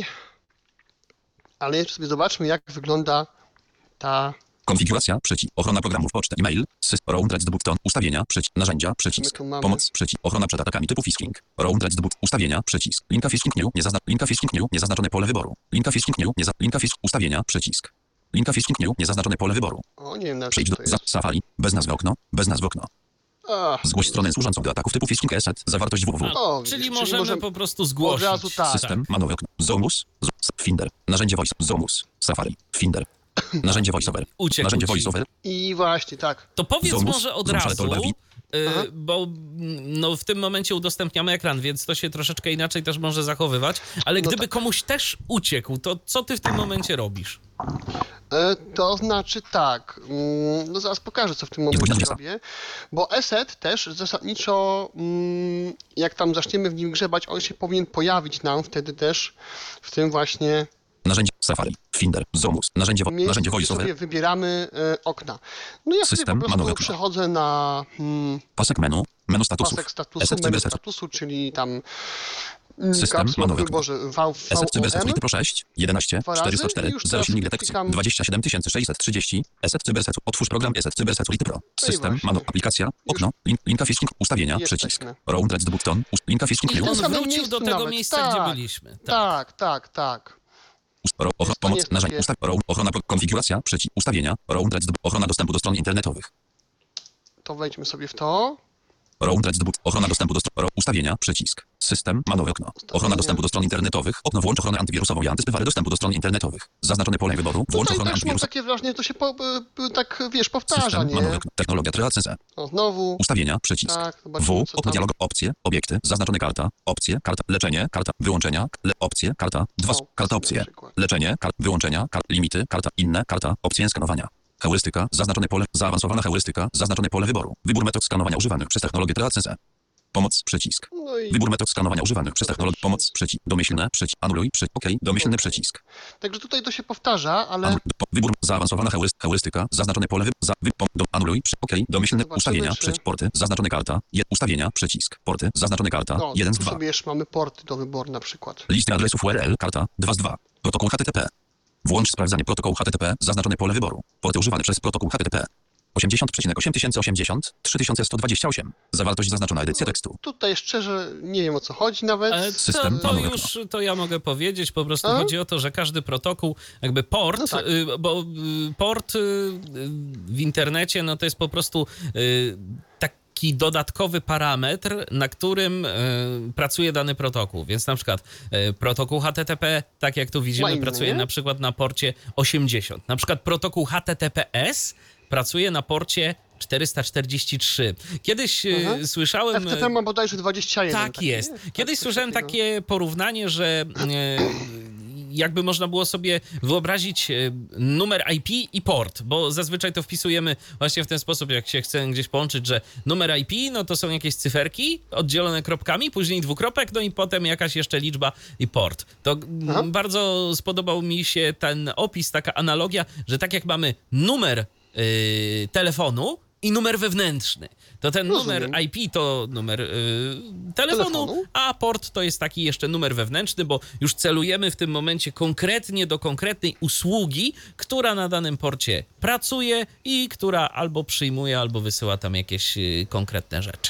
Speaker 3: ale jeszcze sobie zobaczmy, jak wygląda ta...
Speaker 4: Konfiguracja, przycisk, ochrona programów, pocztę, e-mail, system, round red button, ustawienia, przycisk, narzędzia, przycisk,
Speaker 3: mamy...
Speaker 4: pomoc, przycisk, ochrona przed atakami typu phishing, round red button, ustawienia, przycisk, linka phishing new, niezazna... linka phishing new, niezaznaczone pole wyboru, linka phishing new, nieza... linka phishing, ustawienia, przycisk, linka phishing new, niezaznaczone pole wyboru.
Speaker 3: O, nie wiem, na
Speaker 4: Przejdź do
Speaker 3: to jest.
Speaker 4: za... Safari, bez nazwy okno, bez nazwy okno.
Speaker 3: Ach,
Speaker 4: Zgłoś stronę służącą do ataków typu phishing ESET, zawartość www.
Speaker 3: O,
Speaker 2: czyli,
Speaker 3: czyli
Speaker 2: możemy
Speaker 3: możemy
Speaker 2: po prostu zgłosić.
Speaker 3: od razu tak.
Speaker 4: System, manual okno, Zomus, Finder, narzędzie voice, Zomus, Safari, Finder, narzędzie voiceover,
Speaker 2: Uciekł
Speaker 4: narzędzie
Speaker 2: ci.
Speaker 4: voiceover,
Speaker 3: I właśnie, tak.
Speaker 2: To powiedz
Speaker 4: Zomus,
Speaker 2: może od
Speaker 4: Zomus, ale
Speaker 2: razu,
Speaker 4: to Lewi.
Speaker 2: y,
Speaker 3: Aha.
Speaker 2: bo no, w tym momencie udostępniamy ekran, więc to się troszeczkę inaczej też może zachowywać, ale
Speaker 3: No
Speaker 2: gdyby
Speaker 3: tak.
Speaker 2: komuś też uciekł, to co ty w tym momencie robisz?
Speaker 3: E, To znaczy tak, mm, no zaraz pokażę, co w tym momencie
Speaker 4: dwudziesta.
Speaker 3: robię, bo ESET też zasadniczo, mm, jak tam zaczniemy w nim grzebać, on się powinien pojawić nam wtedy też w tym właśnie
Speaker 4: Narzędzie Safari, Finder, Zoomus, narzędzie, wo-
Speaker 3: miejscu,
Speaker 4: narzędzie
Speaker 3: gdzie
Speaker 4: VoiceOver,
Speaker 3: sobie wybieramy e, okna. No ja sobie
Speaker 4: System,
Speaker 3: po
Speaker 4: manual
Speaker 3: prostu
Speaker 4: okno.
Speaker 3: przechodzę na mm,
Speaker 4: pasek menu, menu statusów,
Speaker 3: pasek statusu,
Speaker 4: ESET
Speaker 3: menu
Speaker 4: CyberSet,
Speaker 3: statusu, czyli tam mm,
Speaker 4: System,
Speaker 3: kapsuła
Speaker 4: manual
Speaker 3: w
Speaker 4: okno.
Speaker 3: wyborze V
Speaker 4: ESET CyberSet
Speaker 3: V U M.
Speaker 4: Pro sześć, jedenaście,
Speaker 3: Dwa razy
Speaker 4: czterysta cztery,
Speaker 3: i już
Speaker 4: zero
Speaker 3: teraz
Speaker 4: silnik detekcji,
Speaker 3: klikam.
Speaker 4: dwadzieścia siedem tysięcy sześćset trzydzieści, ESET CyberSet, otwórz program ESET CyberSet Pro,
Speaker 3: No i
Speaker 4: system,
Speaker 3: właśnie.
Speaker 4: manu, aplikacja, okno, link, linka fiszking, ustawienia,
Speaker 3: Jesteśmy.
Speaker 4: przycisk, round red button, ust- linka fiszking,
Speaker 3: I w
Speaker 4: view,
Speaker 3: tym
Speaker 2: On
Speaker 3: samym
Speaker 2: wrócił
Speaker 3: miejscu
Speaker 2: do tego
Speaker 3: nawet.
Speaker 2: miejsca,
Speaker 3: Tak,
Speaker 2: gdzie byliśmy. Tak.
Speaker 3: Tak, tak, tak.
Speaker 4: ust- ro- ochro-
Speaker 3: Jest to
Speaker 4: pomoc,
Speaker 3: jest
Speaker 4: narzędzie,
Speaker 3: takie-
Speaker 4: ustaw, round, ochrona, konfiguracja, przycisk, ustawienia, round red, ochrona dostępu do stron internetowych.
Speaker 3: To wejdźmy sobie w to.
Speaker 4: Round red but, ochrona dostępu do stron, ustawienia, przycisk, system, manual okno, ochrona
Speaker 3: Ustawienia.
Speaker 4: dostępu do stron internetowych, okno włącz ochronę antywirusową i antyspywary dostępu do stron internetowych. Zaznaczone pole wyboru, włącz
Speaker 3: Tutaj
Speaker 4: ochronę
Speaker 3: też mam
Speaker 4: antywirusową.
Speaker 3: takie wrażenie, że to się po, y, y, tak, wiesz, powtarza,
Speaker 4: System,
Speaker 3: nie?
Speaker 4: manual okno, technologia Trial C C.
Speaker 3: O, znowu.
Speaker 4: Ustawienia, przycisk.
Speaker 3: Tak, zobaczymy,
Speaker 4: W,
Speaker 3: co
Speaker 4: okno
Speaker 3: tam.
Speaker 4: dialogu, opcje, obiekty, zaznaczone karta, opcje, karta, leczenie, karta, wyłączenia, le, opcje, karta, dwa,
Speaker 3: O,
Speaker 4: karta,
Speaker 3: na
Speaker 4: opcje,
Speaker 3: przykład.
Speaker 4: leczenie, karta, wyłączenia, karta, limity, karta, inne, karta, opcje skanowania. Heurystyka, zaznaczone pole, zaawansowana heurystyka, zaznaczone pole wyboru. Wybór metod skanowania używanych przez technologię Trial C C. Pomoc, przycisk.
Speaker 3: No i
Speaker 4: Wybór metod skanowania używanych przez
Speaker 3: To
Speaker 4: technologię,
Speaker 3: też-
Speaker 4: pomoc, przycisk, domyślne, przycisk, anuluj, przycisk, OK, domyślny przycisk.
Speaker 3: Także tutaj to się powtarza, ale
Speaker 4: Anul, po, wybór, zaawansowana heurystyka, heurystyka, zaznaczone pole, wy, za, wy, pom, do, anuluj, przy, OK, domyślne,
Speaker 3: Zobaczymy,
Speaker 4: ustawienia,
Speaker 3: czy-
Speaker 4: przycisk, porty, zaznaczone karta, je, ustawienia, przycisk, porty, zaznaczone karta,
Speaker 3: no,
Speaker 4: jeden z
Speaker 3: tu
Speaker 4: dwa.
Speaker 3: sobie jeszcze mamy porty do wyboru na przykład.
Speaker 4: Listy adresów U R L, karta, dwa z dwa. Protokół H T T P. Włącz sprawdzanie protokołu H T T P, zaznaczone pole wyboru. Porty używane przez protokół H T T P. osiemdziesiąt przecinek osiem tysięcy osiemdziesiąt, trzy tysiące sto dwadzieścia osiem. Zawartość zaznaczona, edycja tekstu.
Speaker 3: Tutaj szczerze nie wiem, o co chodzi nawet.
Speaker 2: Ale
Speaker 4: System,
Speaker 2: to, to
Speaker 4: manual
Speaker 2: już to ja mogę powiedzieć, po prostu
Speaker 3: A?
Speaker 2: chodzi o to, że każdy protokół, jakby port,
Speaker 3: No tak.
Speaker 2: y, bo y, port y, w internecie, no to jest po prostu y, taki dodatkowy parametr, na którym y, pracuje dany protokół. Więc na przykład y, protokół H T T P, tak jak tu widzimy,
Speaker 3: inny,
Speaker 2: pracuje
Speaker 3: nie?
Speaker 2: na przykład na porcie osiemdziesiąt. Na przykład protokół H T T P S pracuje na porcie czterysta czterdzieści trzy. Kiedyś y,
Speaker 3: Aha.
Speaker 2: słyszałem...
Speaker 3: F T P ma bodajże dwadzieścia jeden.
Speaker 2: Tak
Speaker 3: taki,
Speaker 2: jest.
Speaker 3: nie? Tak,
Speaker 2: Kiedyś
Speaker 3: coś
Speaker 2: słyszałem
Speaker 3: takiego.
Speaker 2: takie porównanie, że e, jakby można było sobie wyobrazić e, numer I P i port, bo zazwyczaj to wpisujemy właśnie w ten sposób, jak się chce gdzieś połączyć, że numer I P, no to są jakieś cyferki oddzielone kropkami, później dwukropek, no i potem jakaś jeszcze liczba i port. To m,
Speaker 3: Aha.
Speaker 2: bardzo spodobał mi się ten opis, taka analogia, że tak jak mamy numer y, telefonu i numer wewnętrzny, to ten
Speaker 3: Rozumiem.
Speaker 2: numer I P to numer y, telefonu,
Speaker 3: Telefonu.
Speaker 2: a port to jest taki jeszcze numer wewnętrzny, bo już celujemy w tym momencie konkretnie do konkretnej usługi, która na danym porcie pracuje i która albo przyjmuje, albo wysyła tam jakieś y, konkretne rzeczy.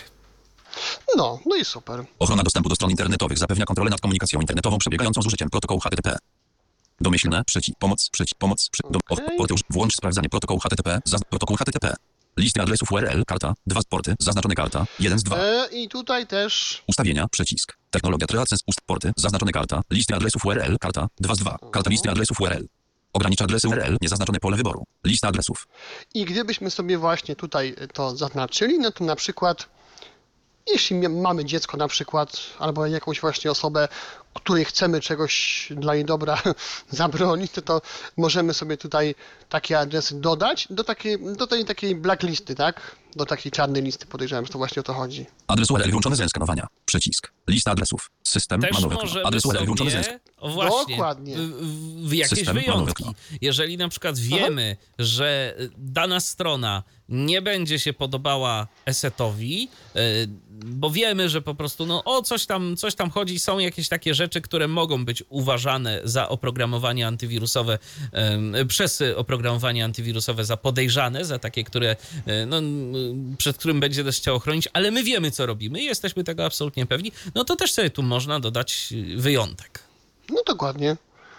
Speaker 3: No, no i super.
Speaker 4: Ochrona dostępu do stron internetowych zapewnia kontrolę nad komunikacją internetową przebiegającą z użyciem protokołu H T T P. Domyślne, przycisk, pomoc, przycisk, pomoc, przy, do,
Speaker 3: Okej.
Speaker 4: o, porty, uż- włącz sprawdzanie protokołu H T T P, za, protokół H T T P. Listy adresów U R L, karta, dwa porty, zaznaczone karta, jeden z dwa.
Speaker 3: E, I tutaj też
Speaker 4: Ustawienia, przycisk. Technologia Trial C C, ust, porty, zaznaczone karta, listy adresów U R L, karta, dwa z dwa. Karta listy adresów U R L. Ogranicza adresy U R L, niezaznaczone pole wyboru. Lista adresów.
Speaker 3: I gdybyśmy sobie właśnie tutaj to zaznaczyli, no to na przykład, jeśli mia- mamy dziecko na przykład, albo jakąś właśnie osobę, której chcemy czegoś dla jej dobra zabronić, to, to możemy sobie tutaj takie adresy dodać do takiej, do tej takiej blacklisty, tak? Do takiej czarnej listy, podejrzewam, że to właśnie o to chodzi.
Speaker 4: Adres U R L wyłączony ze skanowania. Przycisk. Lista adresów. System,
Speaker 2: Też
Speaker 4: manual.
Speaker 2: możemy
Speaker 4: Adres U R L wyłączony ze
Speaker 2: sobie, o właśnie,
Speaker 3: Dokładnie.
Speaker 2: w, w, w jakieś
Speaker 4: System,
Speaker 2: wyjątki.
Speaker 4: manual.
Speaker 2: Jeżeli na przykład wiemy, że dana strona nie będzie się podobała esetowi, yy, bo wiemy, że po prostu no o coś tam, coś tam chodzi, są jakieś takie rzeczy, które mogą być uważane za oprogramowanie antywirusowe, yy, przez oprogramowanie antywirusowe za podejrzane, za takie, które, yy, no, yy, przed którym będzie nas chciało chronić, ale my wiemy, co robimy i jesteśmy tego absolutnie pewni, no to też sobie tu można dodać yy, wyjątek.
Speaker 3: No dokładnie.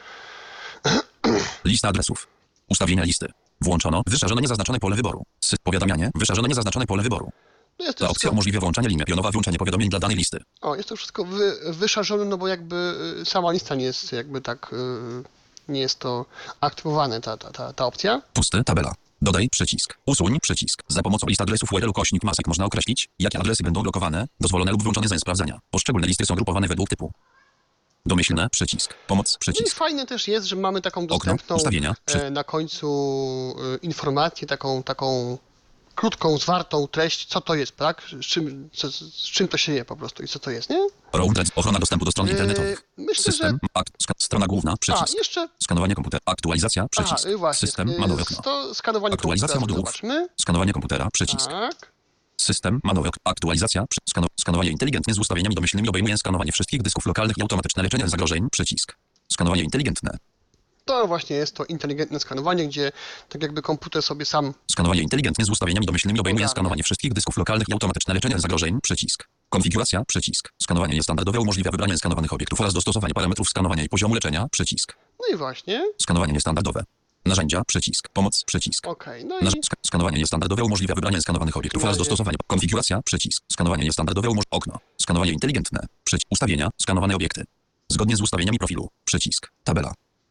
Speaker 4: Lista adresów. Ustawienia listy. Włączono. Wyszarzone niezaznaczone pole wyboru. Sy- Powiadamianie. Wyszarzone niezaznaczone pole wyboru.
Speaker 3: No jest to
Speaker 4: Ta opcja
Speaker 3: wszystko,
Speaker 4: umożliwia włączanie linii pionowa, wyłączenie powiadomień dla danej listy.
Speaker 3: o, jest to wszystko wy, wyszarzone, no bo jakby y, sama lista nie jest jakby tak, y, nie jest to aktywowane, ta, ta, ta, ta opcja.
Speaker 4: Pusty. Tabela. Dodaj przycisk. Usuń przycisk. Za pomocą list adresów U R L ukośnik masek można określić, jakie adresy będą blokowane, dozwolone lub wyłączone ze sprawdzania. Poszczególne listy są grupowane według typu. Domyślne, przycisk. Pomoc,
Speaker 3: No i
Speaker 4: przycisk.
Speaker 3: fajne też jest, że mamy taką
Speaker 4: Okno,
Speaker 3: dostępną
Speaker 4: ustawienia, przy-
Speaker 3: e, na końcu e, informację, taką, taką krótką, zwartą treść, co to jest, tak? Z czym, co, z czym to się je po prostu i co to jest, nie?
Speaker 4: Round, ochrona dostępu do stron
Speaker 3: Yy,
Speaker 4: internetowych.
Speaker 3: myślę,
Speaker 4: System, akt, ska, strona główna,
Speaker 3: A,
Speaker 4: przycisk.
Speaker 3: jeszcze,
Speaker 4: Skanowanie komputera, aktualizacja, przycisk.
Speaker 3: aha, y, właśnie,
Speaker 4: System,
Speaker 3: y,
Speaker 4: manual okno.
Speaker 3: to skanowanie
Speaker 4: Aktualizacja
Speaker 3: komputera,
Speaker 4: modułów.
Speaker 3: zobaczmy.
Speaker 4: Skanowanie komputera, przycisk.
Speaker 3: Tak.
Speaker 4: System, manual, aktualizacja, przy- skano, skanowanie inteligentne z ustawieniami domyślnymi obejmuje skanowanie wszystkich dysków lokalnych i automatyczne leczenie zagrożeń, przycisk. Skanowanie inteligentne.
Speaker 3: To właśnie jest to inteligentne skanowanie, gdzie tak jakby komputer sobie sam...
Speaker 4: Skanowanie inteligentne z ustawieniami domyślnymi obejmuje
Speaker 3: Ogarnia.
Speaker 4: skanowanie wszystkich dysków lokalnych i automatyczne leczenie zagrożeń, przycisk. Konfiguracja, przycisk. Skanowanie niestandardowe umożliwia wybranie skanowanych obiektów oraz dostosowanie parametrów skanowania i poziomu leczenia, przycisk.
Speaker 3: No i właśnie,
Speaker 4: Skanowanie niestandardowe. Narzędzia, przycisk. Pomoc, przycisk.
Speaker 3: okej, no
Speaker 4: Nasz,
Speaker 3: i
Speaker 4: sk- skanowanie niestandardowe umożliwia wybranie skanowanych obiektów oraz
Speaker 3: Skanowanie.
Speaker 4: dostosowanie. Konfiguracja, przycisk. Skanowanie niestandardowe umożliwia okno. Skanowanie inteligentne. Przycisk. Ustawienia. Skanowane obiekty. Zgodnie z ustawieniami profilu. Przycisk. Tabela.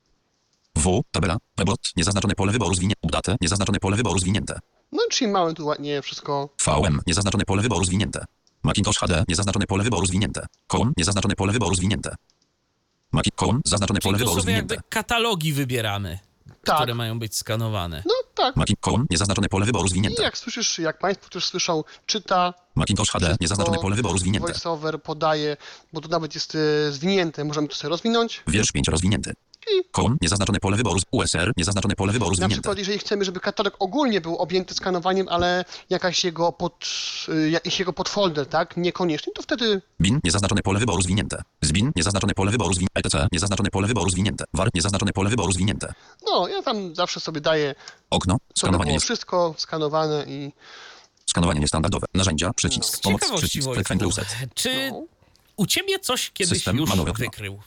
Speaker 4: W. Tabela. Webot. Niezaznaczone pole wyboru zwinięte. Update. Niezaznaczone pole wyboru zwinięte.
Speaker 3: no czyli mamy tu ładnie wszystko.
Speaker 4: V M. Niezaznaczone pole wyboru zwinięte. Macintosh H D. Niezaznaczone pole wyboru zwinięte. Column. Niezaznaczone pole wyboru zwinięte. Maci- Column. Zaznaczone pole
Speaker 2: Czyli tu
Speaker 4: wyboru
Speaker 2: sobie
Speaker 4: zwinięte.
Speaker 2: jakby katalogi wybieramy,
Speaker 3: Tak,
Speaker 2: które mają być skanowane.
Speaker 3: no tak.
Speaker 4: Maci- Column. Niezaznaczone pole wyboru
Speaker 3: I
Speaker 4: zwinięte.
Speaker 3: jak słyszysz, jak Państwo też słyszą, czyta,
Speaker 4: Macintosh H D.
Speaker 3: wszystko
Speaker 4: Niezaznaczone pole wyboru zwinięte.
Speaker 3: voiceover podaje, bo to nawet jest y, zwinięte, możemy to sobie rozwinąć.
Speaker 4: Wiersz pięć rozwinięty.
Speaker 3: I
Speaker 4: Kolon, niezaznaczone pole wyboru, U S R, niezaznaczone pole wyboru
Speaker 3: na
Speaker 4: zwinięte.
Speaker 3: przykład, jeżeli chcemy, żeby katalog ogólnie był objęty skanowaniem, ale jakaś jego, pod, y, jakiś jego podfolder, tak, niekoniecznie, to wtedy
Speaker 4: Bin, niezaznaczone pole wyboru zwinięte. Zbin, niezaznaczone pole wyboru zwinięte. E T C, niezaznaczone pole wyboru zwinięte. Var, niezaznaczone pole wyboru zwinięte.
Speaker 3: no, ja tam zawsze sobie daję,
Speaker 4: Okno,
Speaker 3: co by
Speaker 4: skanowanie,
Speaker 3: było
Speaker 4: nie,
Speaker 3: wszystko skanowane i
Speaker 4: skanowanie niestandardowe. Narzędzia, przycisk,
Speaker 2: Z
Speaker 4: pomoc,
Speaker 2: ciekawości,
Speaker 4: przycisk,
Speaker 2: Wojtku,
Speaker 4: frequent reset.
Speaker 2: czy
Speaker 3: No.
Speaker 2: u ciebie coś kiedyś
Speaker 4: System,
Speaker 2: już
Speaker 4: manual okno.
Speaker 2: wykrył?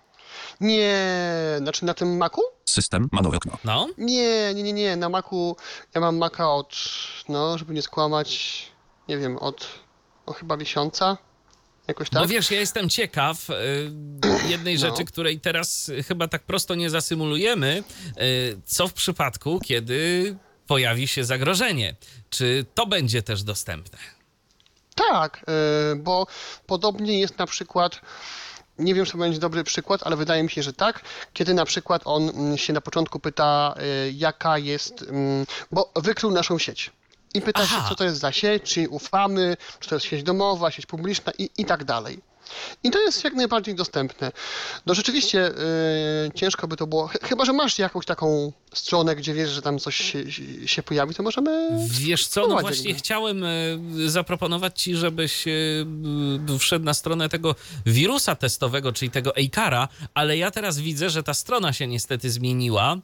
Speaker 3: nie, znaczy na tym Macu?
Speaker 4: System, manual okno.
Speaker 2: No?
Speaker 3: Nie, nie, nie, nie, na Macu, ja mam Maca od, no, żeby nie skłamać, nie wiem, od, o chyba miesiąca, jakoś tak.
Speaker 2: Bo wiesz, ja jestem ciekaw y, jednej
Speaker 3: No.
Speaker 2: rzeczy, której teraz chyba tak prosto nie zasymulujemy. Y, co w przypadku, kiedy pojawi się zagrożenie? Czy to będzie też dostępne?
Speaker 3: Tak, y, bo podobnie jest na przykład, nie wiem, czy to będzie dobry przykład, ale wydaje mi się, że tak, kiedy na przykład on mm, się na początku pyta, y, jaka jest, mm, bo wykrył naszą sieć. I pyta
Speaker 2: Aha.
Speaker 3: się, co to jest za sieć, czy ufamy, czy to jest sieć domowa, sieć publiczna i, i tak dalej. I to jest jak najbardziej dostępne. No rzeczywiście y, ciężko by to było, ch- chyba że masz jakąś taką stronę, gdzie wiesz, że tam coś się, się pojawi, to możemy...
Speaker 2: Wiesz co, no
Speaker 3: spróbować
Speaker 2: właśnie
Speaker 3: jakby.
Speaker 2: chciałem y, zaproponować ci, żebyś y, y, wszedł na stronę tego wirusa testowego, czyli tego Eikara, ale ja teraz widzę, że ta strona się niestety zmieniła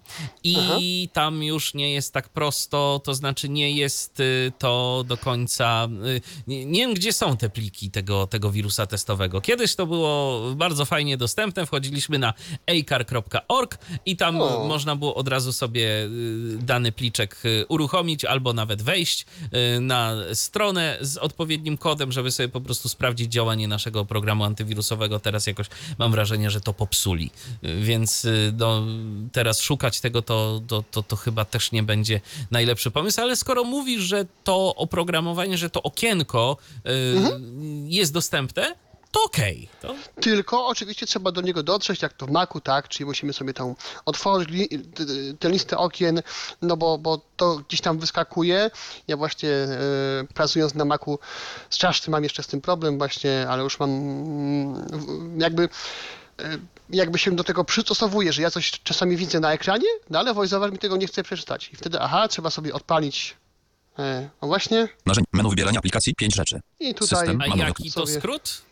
Speaker 2: i tam już nie jest tak prosto, to znaczy nie jest y, to do końca... y, Nie, nie wiem, gdzie są te pliki tego, tego wirusa testowego. Kiedyś to było bardzo fajnie dostępne, wchodziliśmy na eikar kropka org i tam
Speaker 3: O.
Speaker 2: można było od razu sobie y, dany pliczek y, uruchomić albo nawet wejść y, na stronę z odpowiednim kodem, żeby sobie po prostu sprawdzić działanie naszego programu antywirusowego. Teraz jakoś mam wrażenie, że to popsuli, Y, więc y, no, teraz szukać tego to, to, to, to chyba też nie będzie najlepszy pomysł, ale skoro mówisz, że to oprogramowanie, że to okienko y, jest dostępne, to okej. To
Speaker 3: Tylko oczywiście trzeba do niego dotrzeć, jak to w Macu, tak, czyli musimy sobie tą otworzyć li, t- tę listę okien, no bo, bo to gdzieś tam wyskakuje. Ja właśnie e, pracując na Macu strasznie mam jeszcze z tym problem właśnie, ale już mam mm, w- jakby e, jakby się do tego przystosowuję, że ja coś czasami widzę na ekranie, no ale VoiceOver mi tego nie chce przeczytać. I wtedy, aha, trzeba sobie odpalić, e, o właśnie,
Speaker 4: Narzędzie, menu wybierania aplikacji, pięć rzeczy.
Speaker 3: i tutaj
Speaker 4: System.
Speaker 2: a
Speaker 4: Manual
Speaker 2: jaki to
Speaker 3: sobie-
Speaker 2: skrót?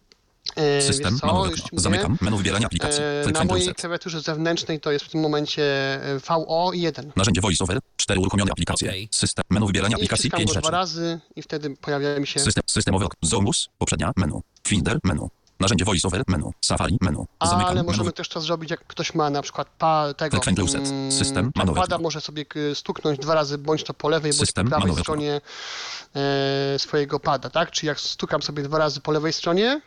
Speaker 3: e,
Speaker 4: System,
Speaker 3: wiesz co,
Speaker 4: manual
Speaker 3: już
Speaker 4: okno.
Speaker 3: mówię.
Speaker 4: Zamykam, menu wybierania aplikacji.
Speaker 3: E, Na
Speaker 4: Frequent
Speaker 3: mojej
Speaker 4: reset.
Speaker 3: klawiaturze zewnętrznej to jest w tym momencie e, V O jeden.
Speaker 4: Narzędzie VoiceOver, cztery uruchomione aplikacje.
Speaker 2: Okej.
Speaker 4: System, menu wybierania
Speaker 3: I
Speaker 4: aplikacji,
Speaker 3: wciskam
Speaker 4: pięć
Speaker 3: go dwa
Speaker 4: rzeczy.
Speaker 3: razy i wtedy pojawia mi się...
Speaker 4: System, systemowy ok. Zombus, poprzednia, menu. Finder, menu. Narzędzie VoiceOver, menu. Safari, menu. Zamykam,
Speaker 3: Ale
Speaker 4: menu.
Speaker 3: możemy też to zrobić, jak ktoś ma na przykład pa, tego...
Speaker 4: Frequent reset.
Speaker 3: mm,
Speaker 4: System, manual
Speaker 3: pada,
Speaker 4: okno.
Speaker 3: może sobie k- stuknąć dwa razy bądź to po lewej, bądź
Speaker 4: System,
Speaker 3: po prawej
Speaker 4: manual okno.
Speaker 3: stronie e, swojego pada, tak? Czyli jak stukam sobie dwa razy po lewej stronie,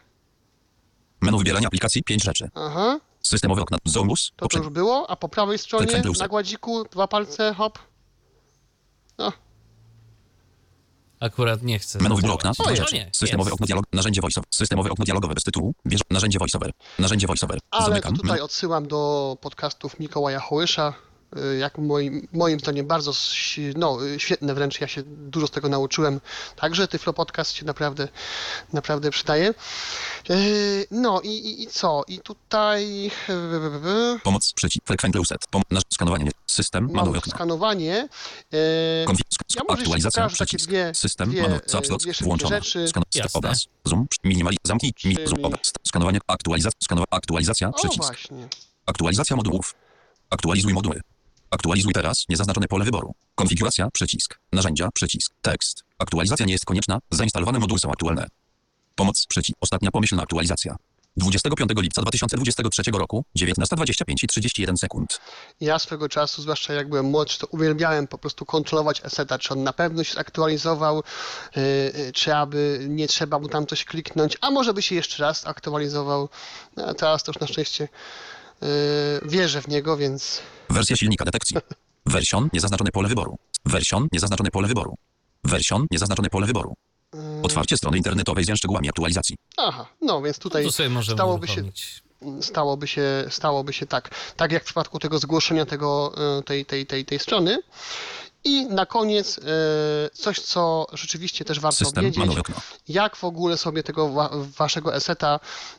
Speaker 4: Menu wybierania aplikacji, pięć rzeczy.
Speaker 3: aha,
Speaker 4: Systemowe okna. Zombus,
Speaker 3: to to
Speaker 4: poprzednia.
Speaker 3: już było, a po prawej stronie
Speaker 4: Frequent reset.
Speaker 3: na gładziku dwa palce, hop. No,
Speaker 2: akurat nie chcę.
Speaker 4: Menu wyboru okna.
Speaker 2: zadziałać.
Speaker 4: Dwa
Speaker 2: No
Speaker 4: rzeczy.
Speaker 2: nie,
Speaker 4: Systemowe
Speaker 2: jest.
Speaker 4: okno dialog. Narzędzie voiceover. Systemowe okno dialogowe bez tytułu. Bierz. Narzędzie voiceover. Narzędzie voiceover.
Speaker 3: Ale to
Speaker 4: Zamykam.
Speaker 3: tutaj
Speaker 4: Menu.
Speaker 3: odsyłam do podcastów Mikołaja Hołysza. Y, Jak moim, moim zdaniem bardzo ś- no, y, świetne wręcz, ja się dużo z tego nauczyłem. Także Tyflo Podcast się naprawdę, naprawdę przydaje. Y, No i, i, i co? I tutaj y,
Speaker 4: Pomoc. Przycisk. Frequent Reset. Pom- na skanowanie. System. Manual
Speaker 3: mam
Speaker 4: okno.
Speaker 3: skanowanie. Y,
Speaker 4: Konfig. sk-
Speaker 3: Ja może jeszcze
Speaker 4: Aktualizacja.
Speaker 3: pokażę takie
Speaker 4: Przycisk.
Speaker 3: dwie-
Speaker 4: System.
Speaker 3: dwie,
Speaker 4: Manual.
Speaker 3: e,
Speaker 4: Zapsloc.
Speaker 3: dwie szybkie
Speaker 4: Włączone.
Speaker 3: rzeczy.
Speaker 4: Skan-
Speaker 2: Jasne.
Speaker 4: obraz. Zoom. Minimaliz. Zamknij. Mi, zoom.
Speaker 3: Czyli-
Speaker 4: Obraz. Skanowanie. Aktualizacja. Skanowa- aktualizacja.
Speaker 3: O
Speaker 4: Przycisk.
Speaker 3: właśnie.
Speaker 4: Aktualizacja modułów. Aktualizuj moduły. Aktualizuj teraz niezaznaczone pole wyboru. Konfiguracja, przycisk. Narzędzia, przycisk. Tekst. Aktualizacja nie jest konieczna. Zainstalowane moduły są aktualne. Pomoc, przycisk. Ostatnia pomyślna aktualizacja. dwudziestego piątego lipca dwa tysiące dwudziestego trzeciego roku, dziewiętnasta dwadzieścia pięć i trzydzieści jeden sekund.
Speaker 3: Ja swego czasu, zwłaszcza jak byłem młodszy, to uwielbiałem po prostu kontrolować eseta, czy on na pewno się zaktualizował, yy, yy, czy aby nie trzeba mu tam coś kliknąć, a może by się jeszcze raz aktualizował. No, a teraz to już na szczęście yy, wierzę w niego, więc
Speaker 4: Wersja silnika detekcji. Version, niezaznaczone pole wyboru. Version, niezaznaczone pole wyboru. Version, niezaznaczone pole wyboru. Otwarcie strony internetowej z szczegółami aktualizacji.
Speaker 3: aha, no więc tutaj
Speaker 2: Tu sobie możemy
Speaker 3: stałoby się,
Speaker 2: uruchomić.
Speaker 3: stałoby się, stałoby się tak, tak jak w przypadku tego zgłoszenia tego, yy, tej, tej, tej, tej strony. I na koniec yy, coś, co rzeczywiście też warto
Speaker 4: System,
Speaker 3: wiedzieć.
Speaker 4: manual okno.
Speaker 3: Jak w ogóle sobie tego wa- waszego eseta,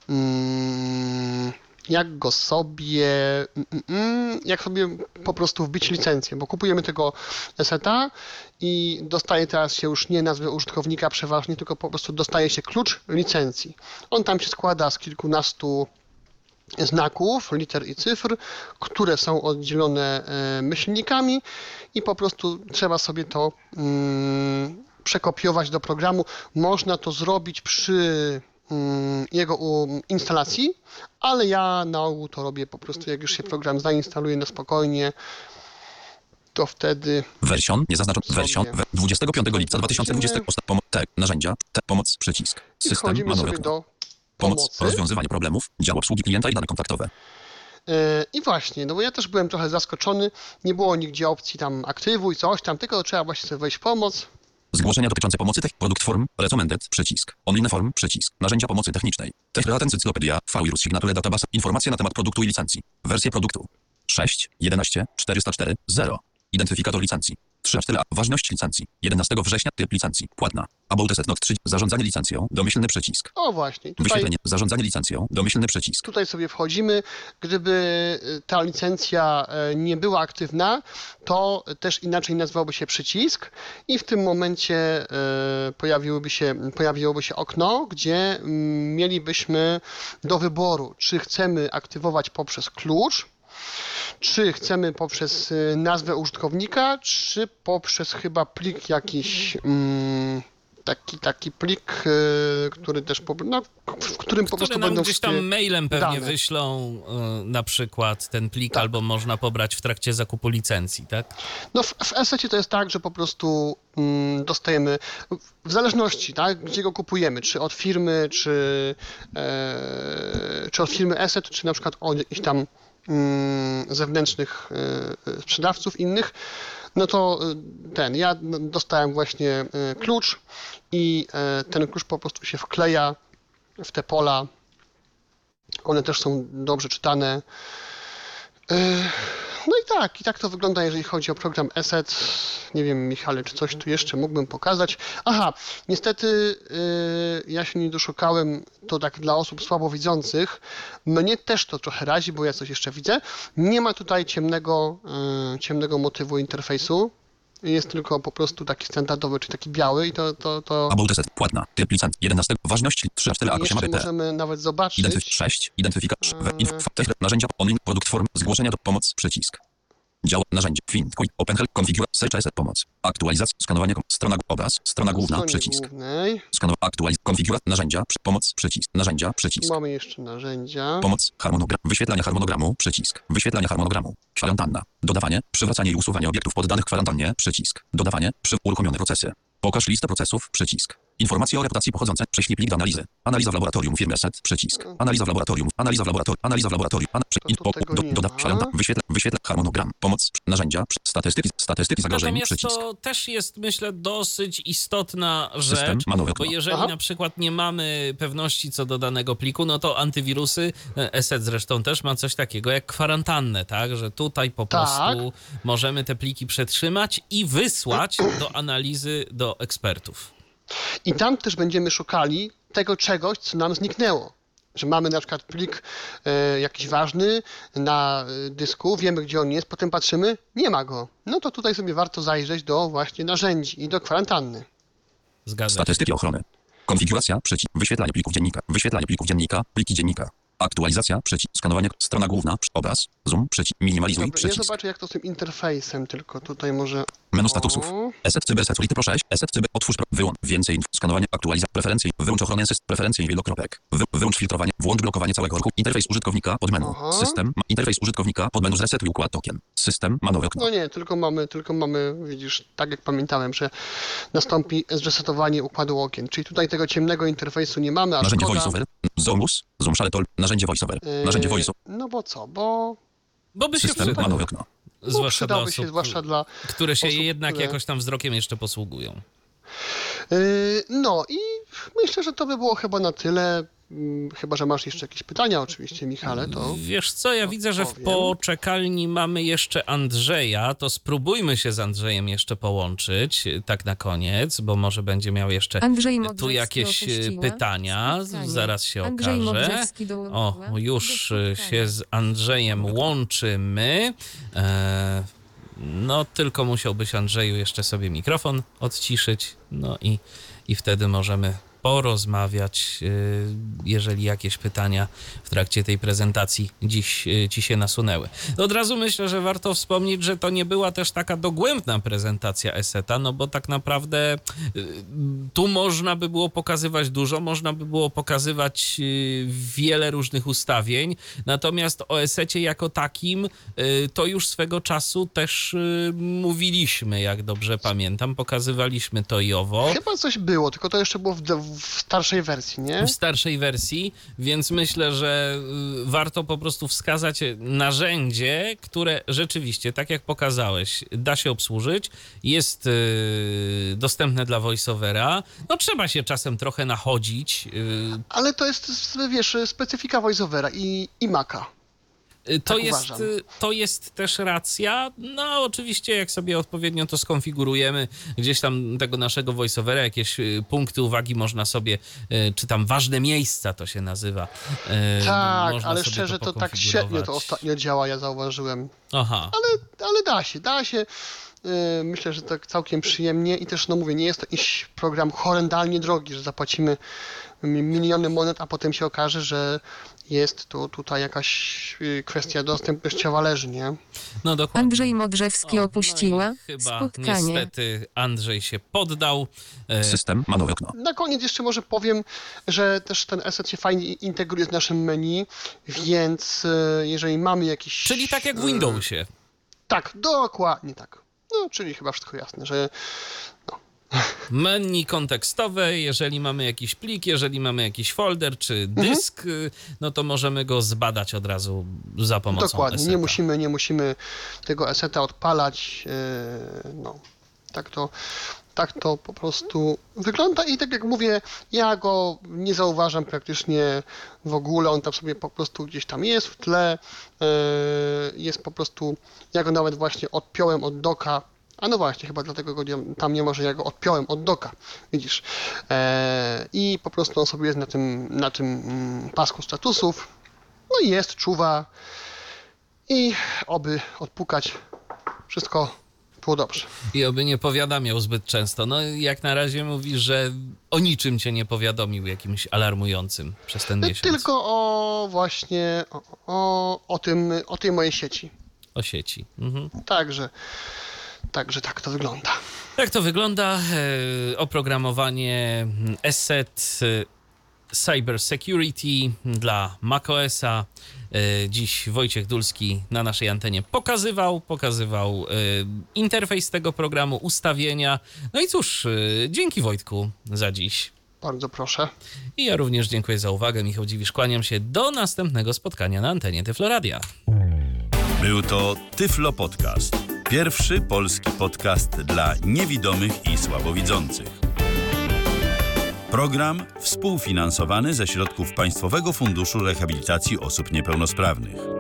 Speaker 3: mm, jak go sobie, mm, mm, jak sobie po prostu wbić licencję, bo kupujemy tego eseta i dostaje teraz się już nie nazwę użytkownika przeważnie, tylko po prostu dostaje się klucz licencji. On tam się składa z kilkunastu znaków, liter i cyfr, które są oddzielone e, myślnikami i po prostu trzeba sobie to mm, przekopiować do programu. Można to zrobić przy mm, jego u, instalacji, ale ja na ogół to robię po prostu, jak już się program zainstaluje na spokojnie, to wtedy
Speaker 4: Version, niezaznaczone.
Speaker 3: Sobie.
Speaker 4: Version, we- dwudziestego piątego lipca dwa tysiące dwudziestego. Osta- pomo- tek, narzędzia, te, pomoc, przycisk.
Speaker 3: i
Speaker 4: System,
Speaker 3: wchodzimy
Speaker 4: manual
Speaker 3: sobie
Speaker 4: okno.
Speaker 3: do
Speaker 4: Pomoc,
Speaker 3: pomocy.
Speaker 4: rozwiązywanie problemów, dział obsługi klienta i dane kontaktowe.
Speaker 3: Yy, I właśnie, no bo ja też byłem trochę zaskoczony, nie było nigdzie opcji tam aktywuj, coś tam, tylko trzeba właśnie sobie wejść w pomoc.
Speaker 4: Zgłoszenia dotyczące pomocy tech, produkt form, recommended, przycisk. Online form, przycisk. Narzędzia pomocy technicznej. Techrelat Encyclopedia, V-Wirus Signature Database, informacje na temat produktu i licencji. Wersje produktu. sześć, jedenaście, czterysta cztery, zero. Identyfikator licencji. trzy cztery a. Ważność licencji. jedenastego września. Typ licencji. Płatna. About Asset Not trzy. Zarządzanie licencją. Domyślny przycisk.
Speaker 3: O właśnie, tutaj,
Speaker 4: Wyświetlenie. Zarządzanie licencją. Domyślny przycisk.
Speaker 3: tutaj sobie wchodzimy. Gdyby y, ta licencja y, nie była aktywna, to też inaczej nazwałby się przycisk i w tym momencie y, pojawiłoby się, pojawiłoby się okno, gdzie mm, mielibyśmy do wyboru, czy chcemy aktywować poprzez klucz, czy chcemy poprzez y, nazwę użytkownika, czy poprzez chyba plik jakiś, mm, taki, taki plik, y, który też, po, no, w którym po
Speaker 2: Które
Speaker 3: prostu
Speaker 2: nam
Speaker 3: będą
Speaker 2: gdzieś
Speaker 3: wszystkie
Speaker 2: tam mailem pewnie
Speaker 3: dane.
Speaker 2: wyślą y, na przykład ten plik,
Speaker 3: Tak.
Speaker 2: albo można pobrać w trakcie zakupu licencji, tak?
Speaker 3: No w, w esecie to jest tak, że po prostu mm, dostajemy, w zależności, tak, gdzie go kupujemy, czy od firmy, czy, e, czy od firmy Eset, czy na przykład od jakichś tam mm, zewnętrznych e, sprzedawców innych, no to e, ten, ja dostałem właśnie e, klucz i e, ten klucz po prostu się wkleja w te pola. One też są dobrze czytane. E, No i tak, i tak to wygląda, jeżeli chodzi o program Eset. Nie wiem, Michale, czy coś tu jeszcze mógłbym pokazać. Aha, niestety yy, ja się nie doszukałem, to tak dla osób słabowidzących. Mnie też to trochę razi, bo ja coś jeszcze widzę. Nie ma tutaj ciemnego, yy, ciemnego motywu interfejsu. Jest tylko po prostu taki standardowy, czy taki biały i to... to, to...
Speaker 4: About Asset. Płatna. Typ licencji. jedenastego. Ważność trzy cztery a.
Speaker 3: Jeszcze
Speaker 4: P.
Speaker 3: możemy nawet zobaczyć.
Speaker 4: Identyf sześć. Identyfikator.
Speaker 3: Eee.
Speaker 4: Narzędzia. Online. Produkt form. Zgłoszenia do pomoc. Przycisk. Dział. Narzędzie. Find. Quick. Open Help. Konfiguracja. Search Asset. Pomoc. Aktualizacja. Skanowanie. Strona. Obraz. Strona główna.
Speaker 3: stronie
Speaker 4: Przycisk.
Speaker 3: głównej.
Speaker 4: Skanowanie. Aktualizacja. Konfiguracja. Narzędzia. Przy- Pomoc. Przycisk. Narzędzia. Przycisk.
Speaker 3: Mamy jeszcze narzędzia.
Speaker 4: Pomoc. Harmonogram. Wyświetlanie harmonogramu. Przycisk. Wyświetlanie harmonogramu. Kwarantanna. Dodawanie. Przywracanie i usuwanie obiektów poddanych kwarantannie. Przycisk. Dodawanie. Przy uruchomione procesy. Pokaż listę procesów. Przycisk. Informacje o reputacji pochodzące. Prześlij plik do analizy. Analiza w laboratorium firmy Eset. Przycisk. Analiza w laboratorium. Analiza w laboratorium. Analiza w laboratorium. Ana, przy,
Speaker 3: To tu
Speaker 4: po,
Speaker 3: tego
Speaker 4: do,
Speaker 3: nie
Speaker 4: doda,
Speaker 3: ma.
Speaker 4: szalęta, wyświetla, wyświetla harmonogram. Pomoc. Narzędzia. Statystyki. Statystyki zagrożeń.
Speaker 2: Natomiast
Speaker 4: Przycisk.
Speaker 2: to też jest, myślę, dosyć istotna
Speaker 4: System,
Speaker 2: rzecz,
Speaker 4: manual
Speaker 2: bo
Speaker 4: okno.
Speaker 2: jeżeli
Speaker 3: Aha.
Speaker 2: na przykład nie mamy pewności co do danego pliku, no to antywirusy, Eset zresztą też ma coś takiego jak kwarantannę, tak, że tutaj po
Speaker 3: Tak.
Speaker 2: prostu możemy te pliki przetrzymać i wysłać do analizy do ekspertów.
Speaker 3: I tam też będziemy szukali tego czegoś, co nam zniknęło. Że mamy na przykład plik e, jakiś ważny na e, dysku, wiemy gdzie on jest, potem patrzymy, nie ma go. No to tutaj sobie warto zajrzeć do właśnie narzędzi i do kwarantanny.
Speaker 2: Zgadzam się.
Speaker 4: Statystyki ochrony. Konfiguracja. Przycisk. Wyświetlanie plików dziennika. Wyświetlanie plików dziennika. Pliki dziennika. Aktualizacja. Przycisk. Skanowanie. Strona główna. Obraz. Zoom. Przycisk. Minimalizuj.
Speaker 3: Dobra, ja
Speaker 4: Przycisk.
Speaker 3: zobaczę jak to z tym interfejsem, tylko tutaj może...
Speaker 4: Menu
Speaker 3: O.
Speaker 4: statusów. Eset Cyber Set Pro sześć. Eset Cyber. Otwórz. Pro. Wyłącz. Więcej. Inf. Skanowanie. Aktualizacja. Preferencje. Wyłącz ochronę system. Preferencje wielokropek. Wy, wyłącz filtrowanie. Włącz blokowanie całego ruchu. Interfejs użytkownika. Podmenu.
Speaker 3: Aha.
Speaker 4: System. Ma, interfejs użytkownika. Podmenu. Zresetuj układ okien. System. Ma nowe okno.
Speaker 3: No nie, tylko mamy, tylko mamy, widzisz, tak jak pamiętałem, że nastąpi zresetowanie układu okien. Czyli tutaj tego ciemnego interfejsu nie mamy, a
Speaker 4: Narzędzie
Speaker 3: szkoda.
Speaker 4: VoiceOver. Zoomus. Zoom Shaletol. Narzędzie VoiceOver.
Speaker 3: Yy,
Speaker 4: Narzędzie VoiceOver.
Speaker 3: No bo co, bo
Speaker 2: Bo by się
Speaker 4: System.
Speaker 2: przydało,
Speaker 4: Ma nowe okno.
Speaker 3: no,
Speaker 2: zwłaszcza dla
Speaker 3: przydałoby
Speaker 2: osób,
Speaker 3: się, zwłaszcza dla...
Speaker 2: które się
Speaker 3: osób,
Speaker 2: jednak
Speaker 3: które-
Speaker 2: jakoś tam wzrokiem jeszcze posługują.
Speaker 3: Yy, no i myślę, że to by było chyba na tyle. Mm, Chyba, że masz jeszcze jakieś pytania oczywiście, Michale, to...
Speaker 2: Wiesz co, ja widzę, że w
Speaker 3: odpowiem.
Speaker 2: poczekalni mamy jeszcze Andrzeja, to spróbujmy się z Andrzejem jeszcze połączyć, tak na koniec, bo może będzie miał jeszcze
Speaker 5: Andrzej
Speaker 2: tu
Speaker 5: Modrzewski
Speaker 2: jakieś
Speaker 5: opuściła
Speaker 2: pytania,
Speaker 5: spotkanie.
Speaker 2: zaraz się
Speaker 5: Andrzej
Speaker 2: okaże.
Speaker 5: Modrzewski
Speaker 2: O,
Speaker 5: dołączyła
Speaker 2: już
Speaker 5: do spotkania.
Speaker 2: się z Andrzejem łączymy. E, no, tylko musiałbyś, Andrzeju, jeszcze sobie mikrofon odciszyć, no i, i wtedy możemy porozmawiać, y, jeżeli jakieś pytania w trakcie tej prezentacji dziś y, ci się nasunęły. Od razu myślę, że warto wspomnieć, że to nie była też taka dogłębna prezentacja Eseta, no bo tak naprawdę y, tu można by było pokazywać dużo, można by było pokazywać y, wiele różnych ustawień, natomiast o Esecie jako takim y, to już swego czasu też y, mówiliśmy, jak dobrze pamiętam, pokazywaliśmy to i owo.
Speaker 3: Chyba coś było, tylko to jeszcze było w, w starszej wersji, nie?
Speaker 2: W starszej wersji, więc myślę, że y, warto po prostu wskazać narzędzie, które rzeczywiście, tak jak pokazałeś, da się obsłużyć, jest y, dostępne dla voiceovera. No trzeba się czasem trochę nachodzić. y,
Speaker 3: Ale to jest, wiesz, specyfika voiceovera i, i Maca.
Speaker 2: Y, To,
Speaker 3: Tak
Speaker 2: jest,
Speaker 3: uważam.
Speaker 2: y, to jest też racja. No oczywiście jak sobie odpowiednio to skonfigurujemy, gdzieś tam tego naszego voiceovera, jakieś y, punkty uwagi można sobie, y, czy tam ważne miejsca to się nazywa. y,
Speaker 3: Tak,
Speaker 2: można
Speaker 3: ale
Speaker 2: sobie
Speaker 3: szczerze to tak
Speaker 2: pokonfigurować.
Speaker 3: świetnie to ostatnio działa, ja zauważyłem.
Speaker 2: Aha.
Speaker 3: Ale, ale da się, da się. Yy, Myślę, że tak całkiem przyjemnie i też, no mówię, nie jest to jakiś program horrendalnie drogi, że zapłacimy mi- miliony monet, a potem się okaże, że jest tu tutaj jakaś yy, kwestia dostępnościowa leży, nie?
Speaker 2: No dokładnie.
Speaker 5: Andrzej Modrzewski
Speaker 2: O,
Speaker 5: opuściła
Speaker 2: no i chyba
Speaker 5: spotkanie.
Speaker 2: niestety Andrzej się poddał. E,
Speaker 4: System. Ma nowe okno.
Speaker 3: Na koniec jeszcze może powiem, że też ten Eset się fajnie integruje z naszym menu, więc yy, jeżeli mamy jakiś...
Speaker 2: Czyli tak jak w
Speaker 3: yy,
Speaker 2: Windowsie.
Speaker 3: Tak, dokładnie tak. No, czyli chyba wszystko jasne, że
Speaker 2: Menu kontekstowe, jeżeli mamy jakiś plik, jeżeli mamy jakiś folder czy
Speaker 3: Mhm.
Speaker 2: dysk, y, no to możemy go zbadać od razu za pomocą
Speaker 3: dokładnie,
Speaker 2: Eseta.
Speaker 3: nie musimy, nie musimy tego Eseta odpalać, yy, no, tak to, tak to po prostu wygląda i tak jak mówię, ja go nie zauważam praktycznie w ogóle, on tam sobie po prostu gdzieś tam jest w tle, yy, jest po prostu, ja go nawet właśnie odpiąłem od doka, a no właśnie, chyba dlatego go nie, tam nie ma, że ja go odpiąłem od doka, widzisz, yy, i po prostu on sobie jest na tym, na tym mm, pasku statusów, no i jest, czuwa, i oby odpukać wszystko było dobrze.
Speaker 2: I oby nie powiadamiał zbyt często. No jak na razie mówisz, że o niczym cię nie powiadomił jakimś alarmującym przez ten miesiąc.
Speaker 3: Tylko o właśnie o, o, o tym, o tej mojej sieci.
Speaker 2: O sieci. Mhm.
Speaker 3: Także, także tak to wygląda.
Speaker 2: Tak to wygląda. E, Oprogramowanie Eset e, Cyber Security dla macOSa. E, Dziś Wojciech Dulski na naszej antenie pokazywał, pokazywał e, interfejs tego programu, ustawienia. No i cóż, e, dzięki Wojtku za dziś.
Speaker 3: Bardzo proszę.
Speaker 2: I ja również dziękuję za uwagę. Michał Dziwisz, kłaniam się do następnego spotkania na antenie Tyflo Radia.
Speaker 1: Był to Tyflo Podcast. Pierwszy polski podcast dla niewidomych i słabowidzących. Program współfinansowany ze środków Państwowego Funduszu Rehabilitacji Osób Niepełnosprawnych.